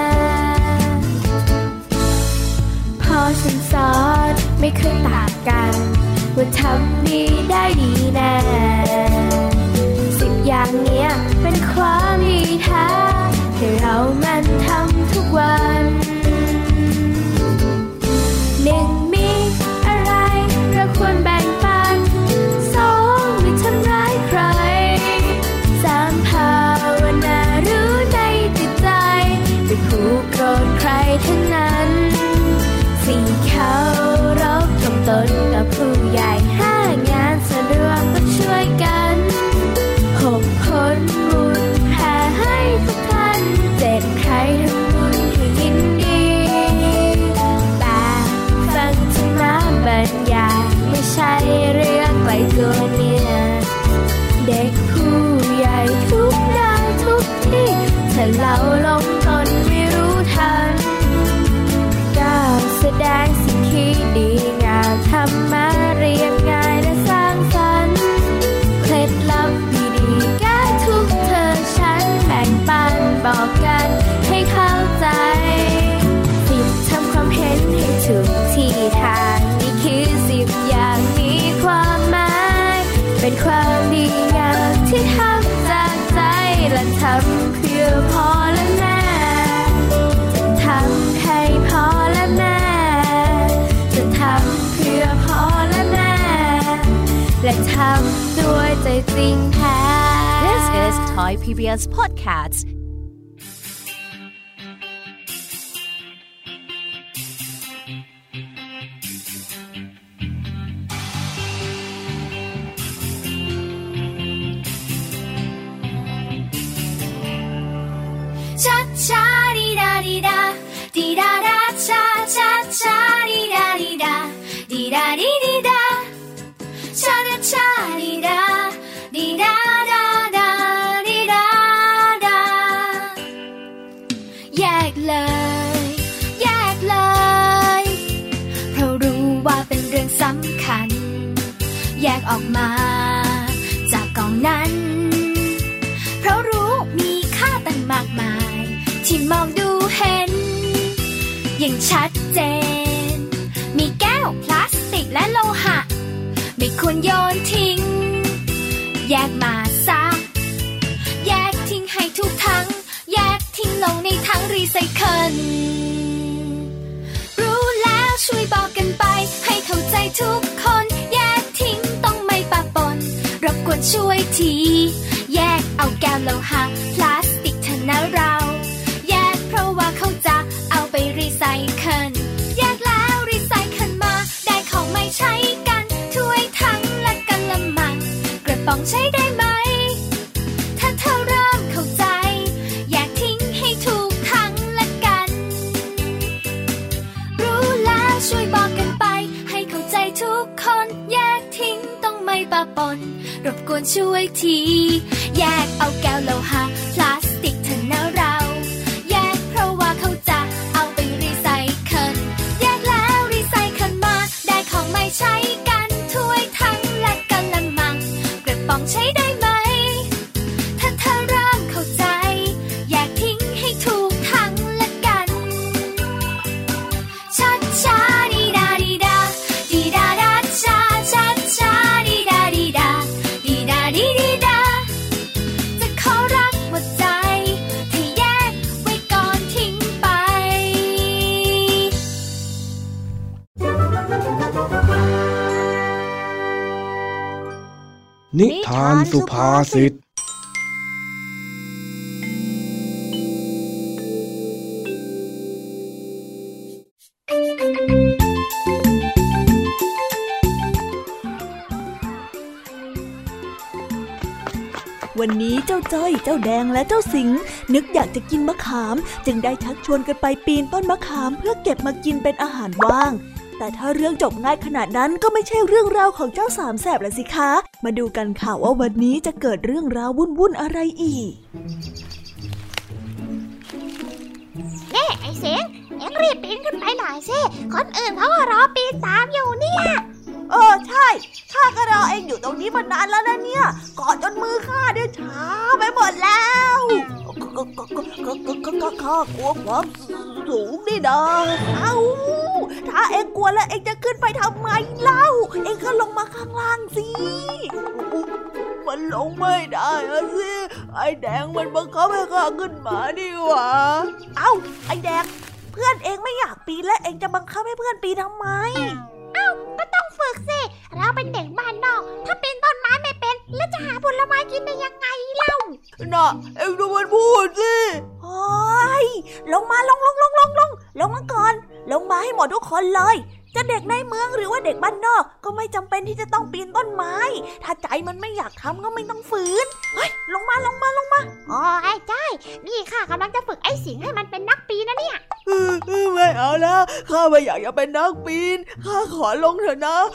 พอฉันสอนไม่เคยต่างกันว่าทำดีได้ดีแน่สิ่งอย่างเนี้ยเป็นความดีแท้ให้เรามันทำทุกวันหนึ่งมีอะไรเราควรแบ่งปันสองไม่ทำร้ายใครสามภาวนารู้ในจิตใจไม่ผูกโกรธใครทั้งนั้นสี่เคารพถ่อมตนต่อผู้ใหญ่ห้างานส่วนรวมต้องช่วยกันหกผลบุญแผ่ให้ทุกท่านเจ็ดใครทำบุญให้ยินดีบรรยายไม่ใช่เรื่องไกลตัวเนี่ยเด็กผู้ใหญ่ทุกด้านทุกที่ถ้าเราลงตนไม่รู้ทันก้าวแสดงสิ่งที่ดีงามทำมาเรียบง่ายและสร้างสรรค์เคล็ดลับดีๆแก้ทุกเธอฉันแบ่งปันบอกกันให้เข้าใจสิบทำความเห็นให้ถูกที่ทางคือ10อย่างมีความหมายเป็นความดีงามที่ทำจากใจและทำเพื่อพ่อและแม่จะทำให้พ่อและแม่จะทำเพื่อพ่อและแม่และทำด้วยใจจริงแท้ This is Thai PBS Podcast cha di da di da di da da cha cha cha di da di da di da di di da cha da cha di da di da da da di da da แยกเลยเพราะรู้ว่าเป็นเรื่องสำคัญแยกออกมาจากอย่างชัดเจนมีแก้วพลาสติกและโลหะไม่ควรโยนทิ้งแยกมาซะแยกทิ้งให้ทุกถังแยกทิ้งลงในถังรีไซเคิลรู้แล้วช่วยบอกกันไปให้เข้าใจทุกคนแยกทิ้งต้องไม่ปะปนรบกวนช่วยทีแยกเอาแก้วโลหะพลาสติกเถอะนะเราแยกเพราะว่าเขาจะเอาไปรีไซเคิลแยกแล้วรีไซเคิลมาได้ของไม่ใช้กันถ้วยทั้งและกะละมังกระป๋องใช้ได้ไหมถ้าเธอเริ่มเข้าใจแยกทิ้งให้ถูกทั้งและกันรู้แล้วช่วยบอกกันไปให้เข้าใจทุกคนแยกทิ้งต้องไม่ปะปนรบกวนช่วยทีแยกเอาแก้วโลหะพลาสติกเถอะนะเราแยกเพราะว่าเขาจะเอาไปรีไซเคิลแยกแล้วรีไซเคิลมาได้ของไม่ใช้กันถ้วยทั้งและกะละมังกระป๋องใช้ได้ไหมถ้าเธอเริ่มเข้าใจแยกทิ้งให้ถูกทั้งและกันชัดช้าดีดาดีดาดีดาดาช้าชัดช้าดีดาดีดาดีดาดีดีดาจะขอรักหมดใจถ้าแยกไว้ก่อนทิ้งไปนิทานสุภาษิตวันนี้เจ้าจ้อยเจ้าแดงและเจ้าสิงห์นึกอยากจะกินมะขามจึงได้ชักชวนกันไปปีนต้นมะขามเพื่อเก็บมากินเป็นอาหารว่างแต่ถ้าเรื่องจบง่ายขนาดนั้นก็ไม่ใช่เรื่องราวของเจ้าสามแสบละสิคะมาดูกันค่ะว่าวันนี้จะเกิดเรื่องราววุ่นๆอะไรอีกไอ้เสียงเอ็งรีบปีนขึ้นไปหน่อยสิคนอื่นเขาก็รอปีนตามอยู่เนี่ยใช่ข้าก็รอเองอยู่ตรงนี้มานานแล้วนะเนี่ยกอดจนมือข้าเนี่ยช้าไปหมดแล้วข้ากลัวความสูงนี่นะถ้าเองกลัวแล้วเองจะขึ้นไปทำไมเล่าเองก็ลงมาข้างล่างสิมันลงไม่ได้สิไอ้แดงมันบังคับให้ข้าขึ้นมานี่หว่าไอ้แดงเพื่อนเองไม่อยากปีนและเองจะบังคับให้เพื่อนปีนทำไมก็ต้องฝึกสิเราเป็นเด็กบ้านนอกถ้าปีนต้นไม้ไม่เป็นแล้วจะหาผลไม้กินได้ยังไงเล่าน่ะเอ็งดูมันพูดสิโอ้ยลงมาลงมาก่อนลงมาให้หมดทุกคนเลยจะเด็กในเมืองหรือว่าเด็กบ้านนอกก็ไม่จำเป็นที่จะต้องปีนต้นไม้ถ้าใจมันไม่อยากทำก็ไม่ต้องฝืนเฮ้ยลงมาไอ้จ้อยนี่ข้ากำลังจะฝึกไอ้สิงห์ให้มันเป็นนักปีนนะเนี่ยไม่เอาแล้วข้าไม่อยากจะเป็นนักปีนข้าขอลงเถอะนะ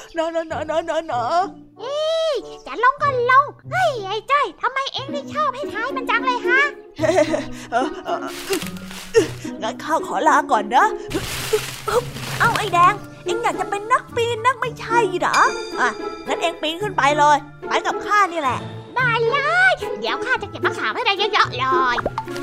จะลงก็ลงเฮ้ยไอ้จ้อยทำไมเอ็งไม่ชอบให้ท้ายมันจังเลยฮะงั้นข้าขอลาก่อนนะไอ้แดงเอ็งอยากจะเป็นนักปีนนักไม่ใช่เหรองั้นเอ็งปีนขึ้นไปเลยไปกับข้านี่แหละได้เลยเดี๋ยวข้าจะเก็บมะขามให้ได้เยอะๆเลย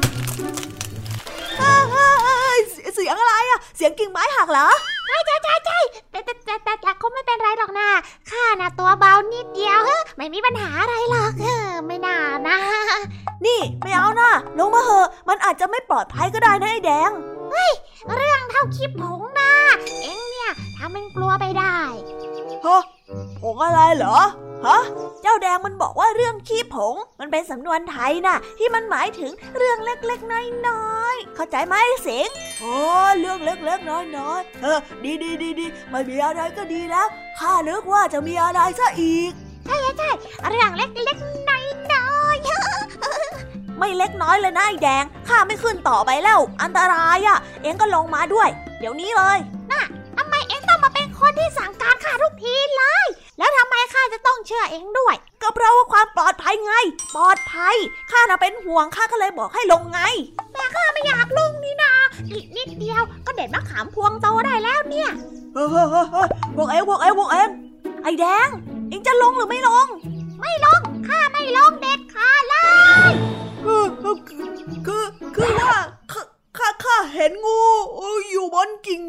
เสียงอะไรอ่ะเสียงกิ่งไม้หักเหรอใช่แต่คงไม่เป็นไรหรอกนะข้าน่ะตัวเบานิดเดียวไม่มีปัญหาอะไรหรอกไม่น่านะนี่ไม่เอานะลงมาเหอะมันอาจจะไม่ปลอดภัยก็ได้นะไอ้แดงเฮ้ยเรื่องเท่าคลิปผงนะเอ็งเนี่ยทำเป็นกลัวไปได้ผงอะไรเหรอเจ้าแดงมันบอกว่าเรื่องขี้ผงมันเป็นสำนวนไทยน่ะที่มันหมายถึงเรื่องเล็กๆน้อยๆเข้าใจไหมเสียงเรื่องเล็กๆน้อยๆดีไม่มีอะไรก็ดีแล้วข้านึกว่าจะมีอะไรซะอีกใช่เรื่องเล็กๆน้อยๆไม่เล็กน้อยเลยนะไอ้แดงข้าไม่ขึ้นต่อไปแล้วอันตรายอ่ะเอ็งก็ลงมาด้วยเดี๋ยวนี้เลยน่ะทำไมเอ็งต้องมาเป็นคนที่สั่งการข้าทุกทีเลยแล้วทำไมข้าจะต้องเชื่อเอ็งด้วยก็เพราะว่าความปลอดภัยไงปลอดภัยข้าน่ะเป็นห่วงข้าก็เลยบอกให้ลงไงแต่ข้าไม่อยากลงนี่นะอีกนิดเดียวก็เด็ดมะขามพวงโตได้แล้วเนี่ยพวกเอ็งไอ้แดงเอ็งจะลงหรือไม่ลงข้าไม่ลงเด็ดขาดเลยคือว่าข้าเห็นงูอยู่บนกิ่ง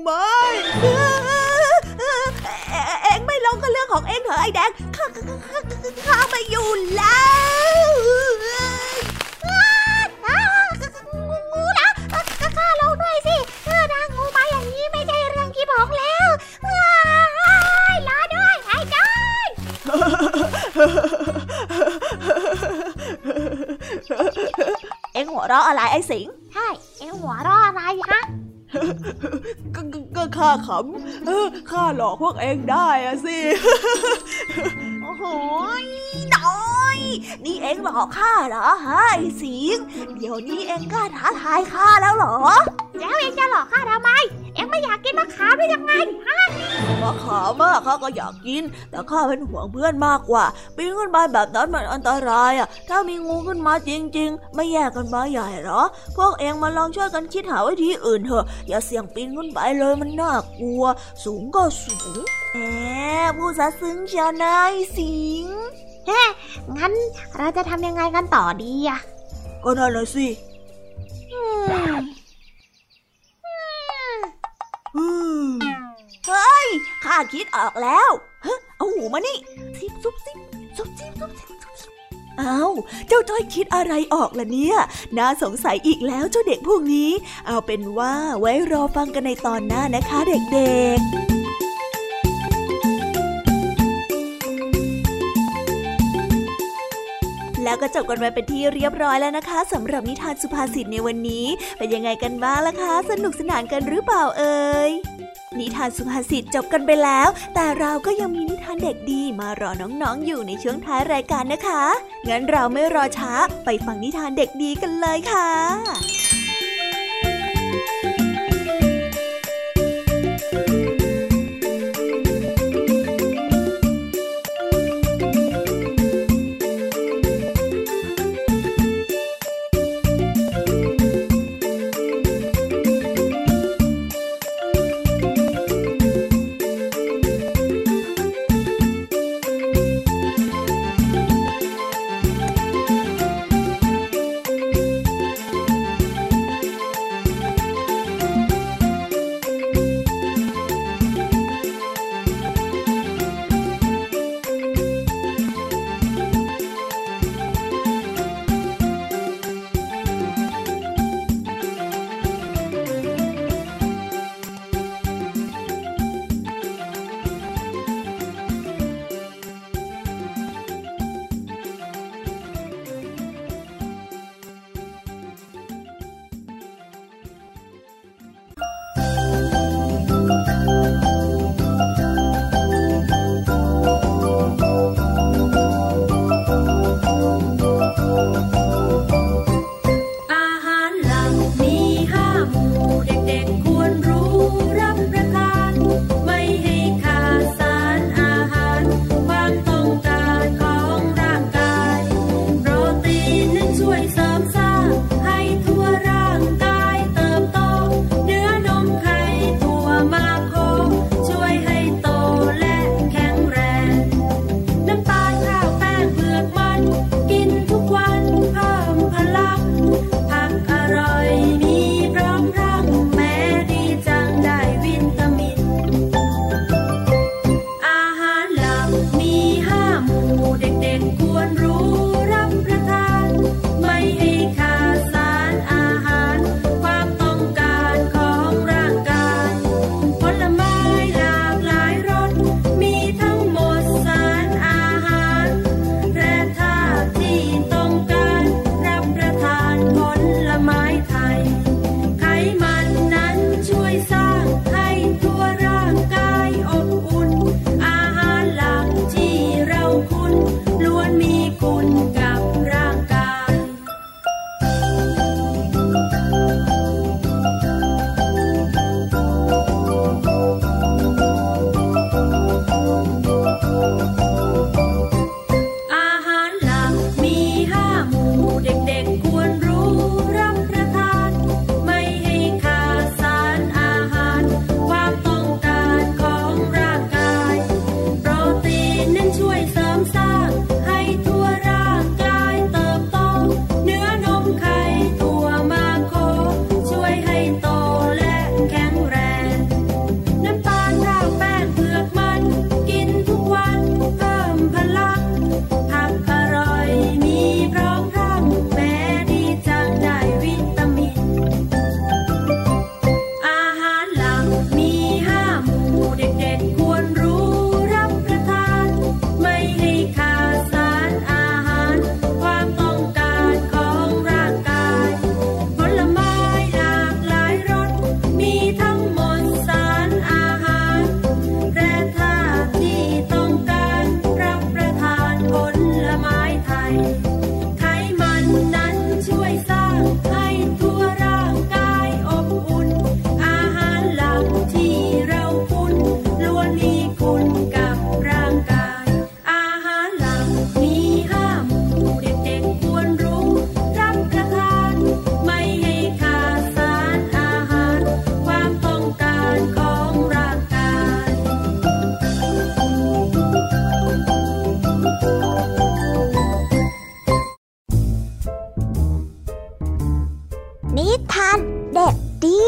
เราะอะไรไอ้สิงใช่เอ็งหัวเราะอะไรฮะก็ข้าขำข้าหลอกพวกเองได้อะสิ โอ้โหน้อยนี่เองหลอกข้าเหรอฮะไอ้สิงเดี๋ยวนี้เองกล้าท้าทายข้าแล้วเหรอแล้วเอ็งจะหลอกข้าทำไมเอ็งไม่อยากกินมะขามหรือยังไงฮะมะขามอะข้าก็อยากกินแต่ข้าเป็นห่วงเพื่อนมากกว่าปีนขึ้นไปแบบนั้นมันอันตรายอะถ้ามีงูขึ้นมาจริงๆไม่แยกกันมาใหญ่เหรอพวกเองมาลองช่วยกันคิดหาวิธีอื่นเถอะอย่าเสี่ยงปีนขึ้นไปเลยมันน่ากลัวสูงก็สูงพูดซะซึ้งเชียวนะไอ้สิงงั้นเราจะทำยังไงกันต่อดีอะก็นั่นเลยสิเฮ้ยข้าคิดออกแล้วเอาหูมานี่ซิบซุบซิบซุบซิบซุบซิบซุบซิบเอาเจ้าจ้อยคิดอะไรออกล่ะเนี่ยน่าสงสัยอีกแล้วเจ้าเด็กพวกนี้เอาเป็นว่าไว้รอฟังกันในตอนหน้านะคะเด็กๆแล้วก็จบกันไปเป็นที่เรียบร้อยแล้วนะคะสำหรับนิทานสุภาษิตในวันนี้เป็นยังไงกันบ้างล่ะคะสนุกสนานกันหรือเปล่าเอ่ยนิทานสุภาษิตจบกันไปแล้วแต่เราก็ยังมีนิทานเด็กดีมารอน้องๆอยู่ในช่วงท้ายรายการนะคะงั้นเราไม่รอช้าไปฟังนิทานเด็กดีกันเลยค่ะนิทานเด็กดี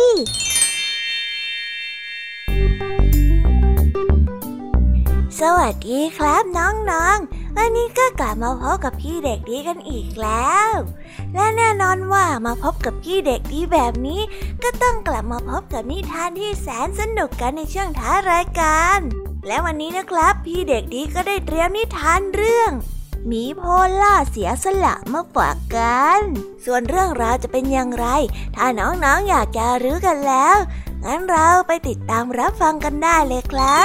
สวัสดีครับน้องๆวันนี้ก็กลับมาพบกับพี่เด็กดีกันอีกแล้วและแน่นอนว่ามาพบกับพี่เด็กดีแบบนี้ก็ต้องกลับมาพบกับนิทานที่แสนสนุกกันในช่วงท้ายรายการและวันนี้นะครับพี่เด็กดีก็ได้เตรียมนิทานเรื่องหมีโพล่าเสียสละมาฝากกันส่วนเรื่องราวจะเป็นอย่างไรถ้าน้องๆอยากจะรู้กันแล้วงั้นเราไปติดตามรับฟังกันได้เลยครับ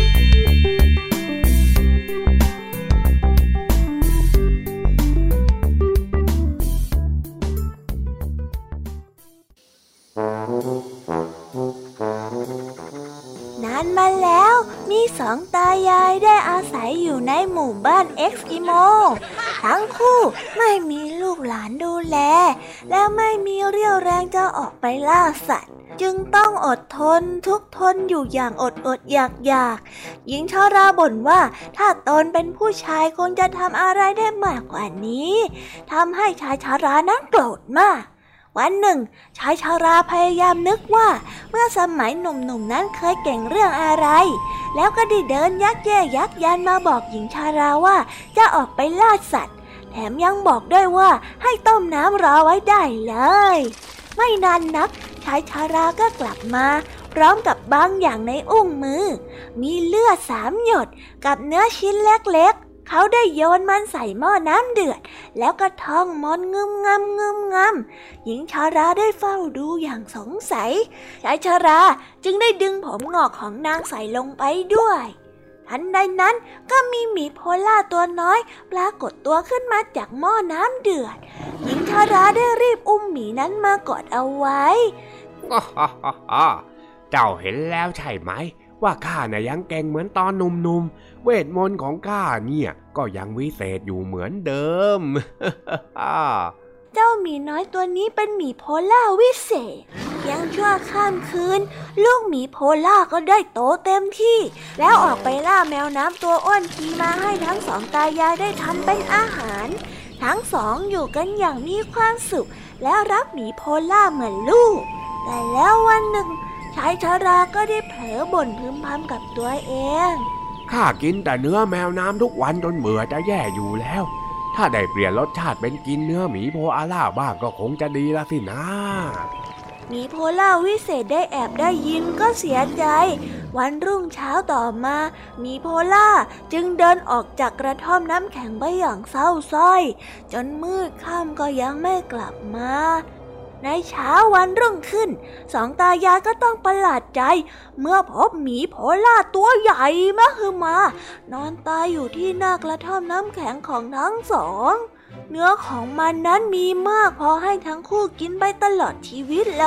นานมาแล้วมีสองตายายได้อาศัยอยู่ในหมู่บ้านเอ็กซ์กิโมทั้งคู่ไม่มีลูกหลานดูแลและไม่มีเรี่ยวแรงจะออกไปล่าสัตว์จึงต้องอดทนทุกข์ทนอยู่อย่างอดอยากหญิงชราบ่นว่าถ้าตนเป็นผู้ชายคงจะทำอะไรได้มากกว่านี้ทำให้ชายชรานั้นโกรธมากวันหนึ่งชายชราพยายามนึกว่าเมื่อสมัยหนุ่มๆนั้นเคยเก่งเรื่องอะไรแล้วก็ได้เดินยักแย่ยักยันมาบอกหญิงชราว่าจะออกไปล่าสัตว์แถมยังบอกด้วยว่าให้ต้มน้ำรอไว้ได้เลยไม่นานนักชายชราก็กลับมาพร้อมกับบางอย่างในอุ้งมือมีเลือด3 หยดกับเนื้อชิ้นเล็กๆเขาได้โยนมันใส่หม้อน้ำเดือดแล้วก็ท่องมนต์งึมงำหญิงชราได้เฝ้าดูอย่างสงสัยชายชราจึงได้ดึงผมงอกของนางใส่ลงไปด้วยทันใดนั้นก็มีหมีโพล่าตัวน้อยปรากฏตัวขึ้นมาจากหม้อน้ำเดือดหญิงชราได้รีบอุ้มหมีนั้นมากอดเอาไว้เจ้าเห็นแล้วใช่ไหมว่าข้าน่ะยังเก่งเหมือนตอนหนุ่มๆเวทมนต์ของข้าเนี่ยก็ยังวิเศษอยู่เหมือนเดิมเจ้าหมีน้อยตัวนี้เป็นหมีโพล่าวิเศษยังชั่วข้ามคืนลูกหมีโพล่าก็ได้โตเต็มที่แล้วออกไปล่าแมวน้ำตัวอ้วนทีมาให้ทั้งสองตายายได้ทำเป็นอาหารทั้งสองอยู่กันอย่างมีความสุขแล้วรักหมีโพล่าเหมือนลูกแต่แล้ววันหนึ่งชายชราก็ได้เผลอบ่นพึมพำกับตัวเองข้ากินแต่เนื้อแมวน้ำทุกวันจนเบื่อจะแย่อยู่แล้วถ้าได้เปลี่ยนรสชาติเป็นกินเนื้อหมีโพอาล่าบ้างก็คงจะดีละสินะหมีโพล่าวิเศษได้แอบได้ยินก็เสียใจวันรุ่งเช้าต่อมาหมีโพล่าจึงเดินออกจากกระท่อมน้ำแข็งไปอย่างเศร้าส้อยจนมืดค่ำก็ยังไม่กลับมาในเช้าวันรุ่งขึ้นสองตายายก็ต้องประหลาดใจเมื่อพบหมีโพล่าตัวใหญ่มามานอนตายอยู่ที่หน้ากระท่อมน้ำแข็งของทั้งสองเนื้อของมันนั้นมีมากพอให้ทั้งคู่กินไปตลอดชีวิตเลย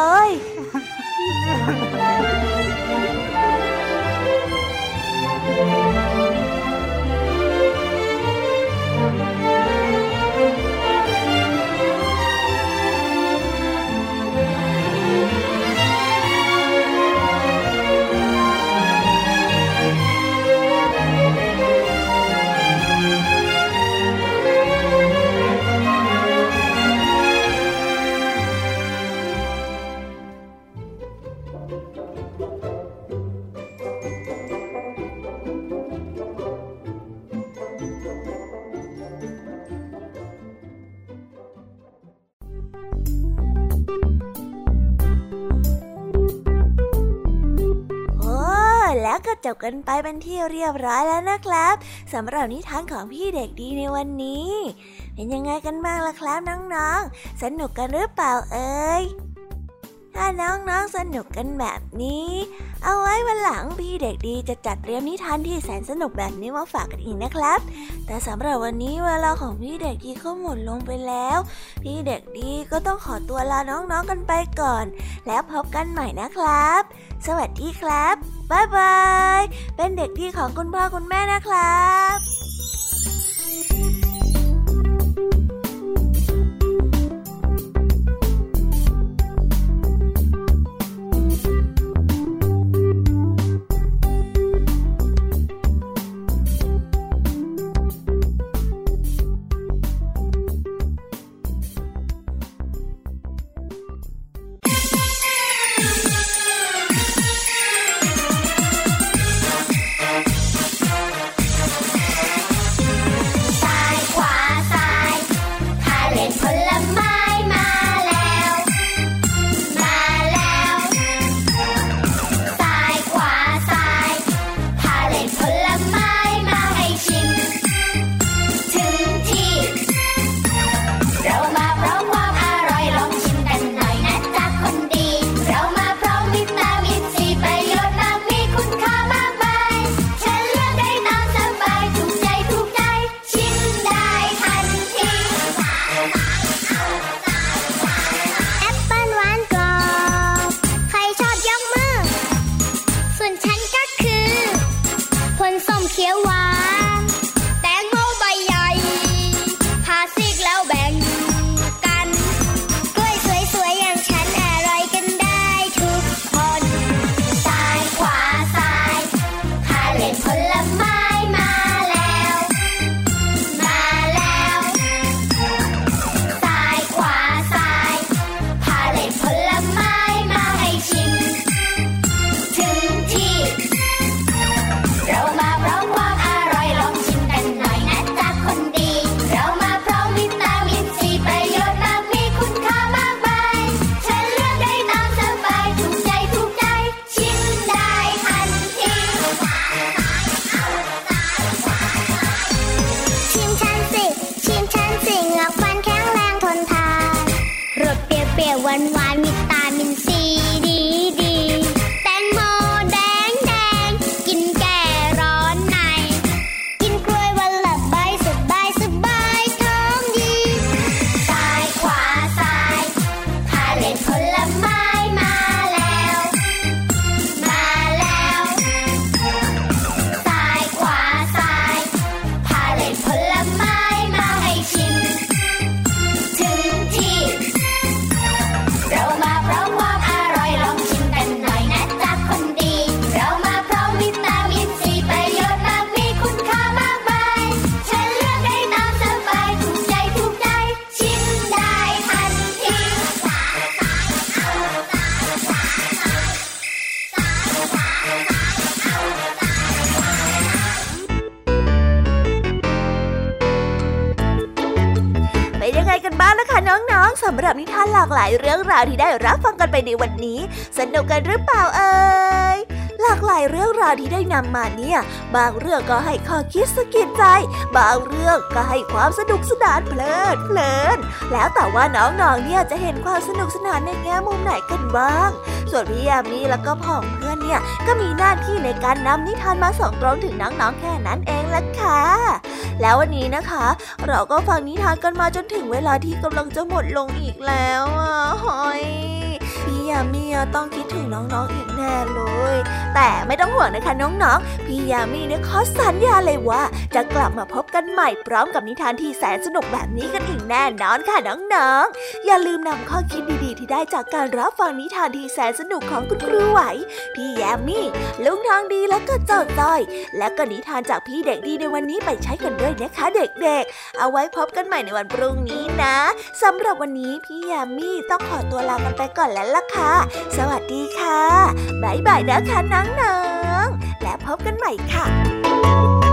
แล้วก็จบกันไปเป็นที่เรียบร้อยแล้วนะครับสำหรับนิทานของพี่เด็กดีในวันนี้เป็นยังไงกันบ้างล่ะครับน้องๆสนุกกันหรือเปล่าเอ่ยถ้าน้องๆสนุกกันแบบนี้เอาไว้วันหลังพี่เด็กดีจะจัดเตรียมนิทานที่แสนสนุกแบบนี้มาฝากกันอีกนะครับแต่สำหรับวันนี้เวลาของพี่เด็กดีก็หมดลงไปแล้วพี่เด็กดีก็ต้องขอตัวลาน้องๆกันไปก่อนแล้วพบกันใหม่นะครับสวัสดีครับบ๊ายบายเป็นเด็กดีของคุณพ่อคุณแม่นะครับเปรี้ยวหวานวิตามินซีดีแตงโมแดงกินแก้ร้อนในกินกล้วยวันละใบสบายท้องดีซ้ายขวาซ้ายพาเล่นผลไม้มาแล้วซ้ายขวาซ้ายพาเล่นผลไม้มาให้ชิมถึงที่เรามาพร้อมความอร่อยลองชิมกันหน่อยนะจ๊ะคนดีเรามาพร้อมวิตามินซีประโยชน์มากมีคุณค่ามากมายฉันเลือกได้ตามสบายถูกใจชิมได้ทันทีเป็นยังไงกันบ้างนะคะน้องๆสำหรับนิทานหลากหลายเรื่องราวที่ได้รับฟังกันไปในวันนี้สนุกกันหรือเปล่าเอ่ยหลากหลายเรื่องราวที่ได้นำมาเนี่ยบางเรื่องก็ให้ข้อคิดสะกิดใจบางเรื่องก็ให้ความสนุกสนานเพลินแล้วแต่ว่าน้องๆเนี่ยจะเห็นความสนุกสนานในแง่มุมไหนกันบ้างส่วนพี่ยามีแล้วก็พ่องเพื่อนเนี่ยก็มีหน้าที่ในการนำนิทานมาส่งตรงถึงน้องๆแค่นั้นเองล่ะค่ะแล้ววันนี้นะคะเราก็ฟังนิทานกันมาจนถึงเวลาที่กำลังจะหมดลงอีกแล้วหอยพี่ยามีต้องคิดถึงน้องๆอีกแน่เลยแต่ไม่ต้องห่วงนะคะน้องๆพี่ยามีเนี่ยขอสัญญาเลยว่าจะกลับมาพบกันใหม่พร้อมกับนิทานที่แสนสนุกแบบนี้กันอีกแน่นอนค่ะน้องๆอย่าลืมนำข้อคิดดีๆที่ได้จากการรับฟังนิทานที่แสนสนุกของคุณครูไหวพี่ยามีลุงทองดีและก็เจ้าจ้อยและก็นิทานจากพี่เด็กดีในวันนี้ไปใช้กันด้วยนะคะเด็กๆเอาไว้พบกันใหม่ในวันพรุ่งนี้นะสำหรับวันนี้พี่ยามีต้องขอตัวลากันไปก่อนแล้วล่ะค่ะสวัสดีค่ะบ๊ายบายนะคะน้องๆและพบกันใหม่ค่ะ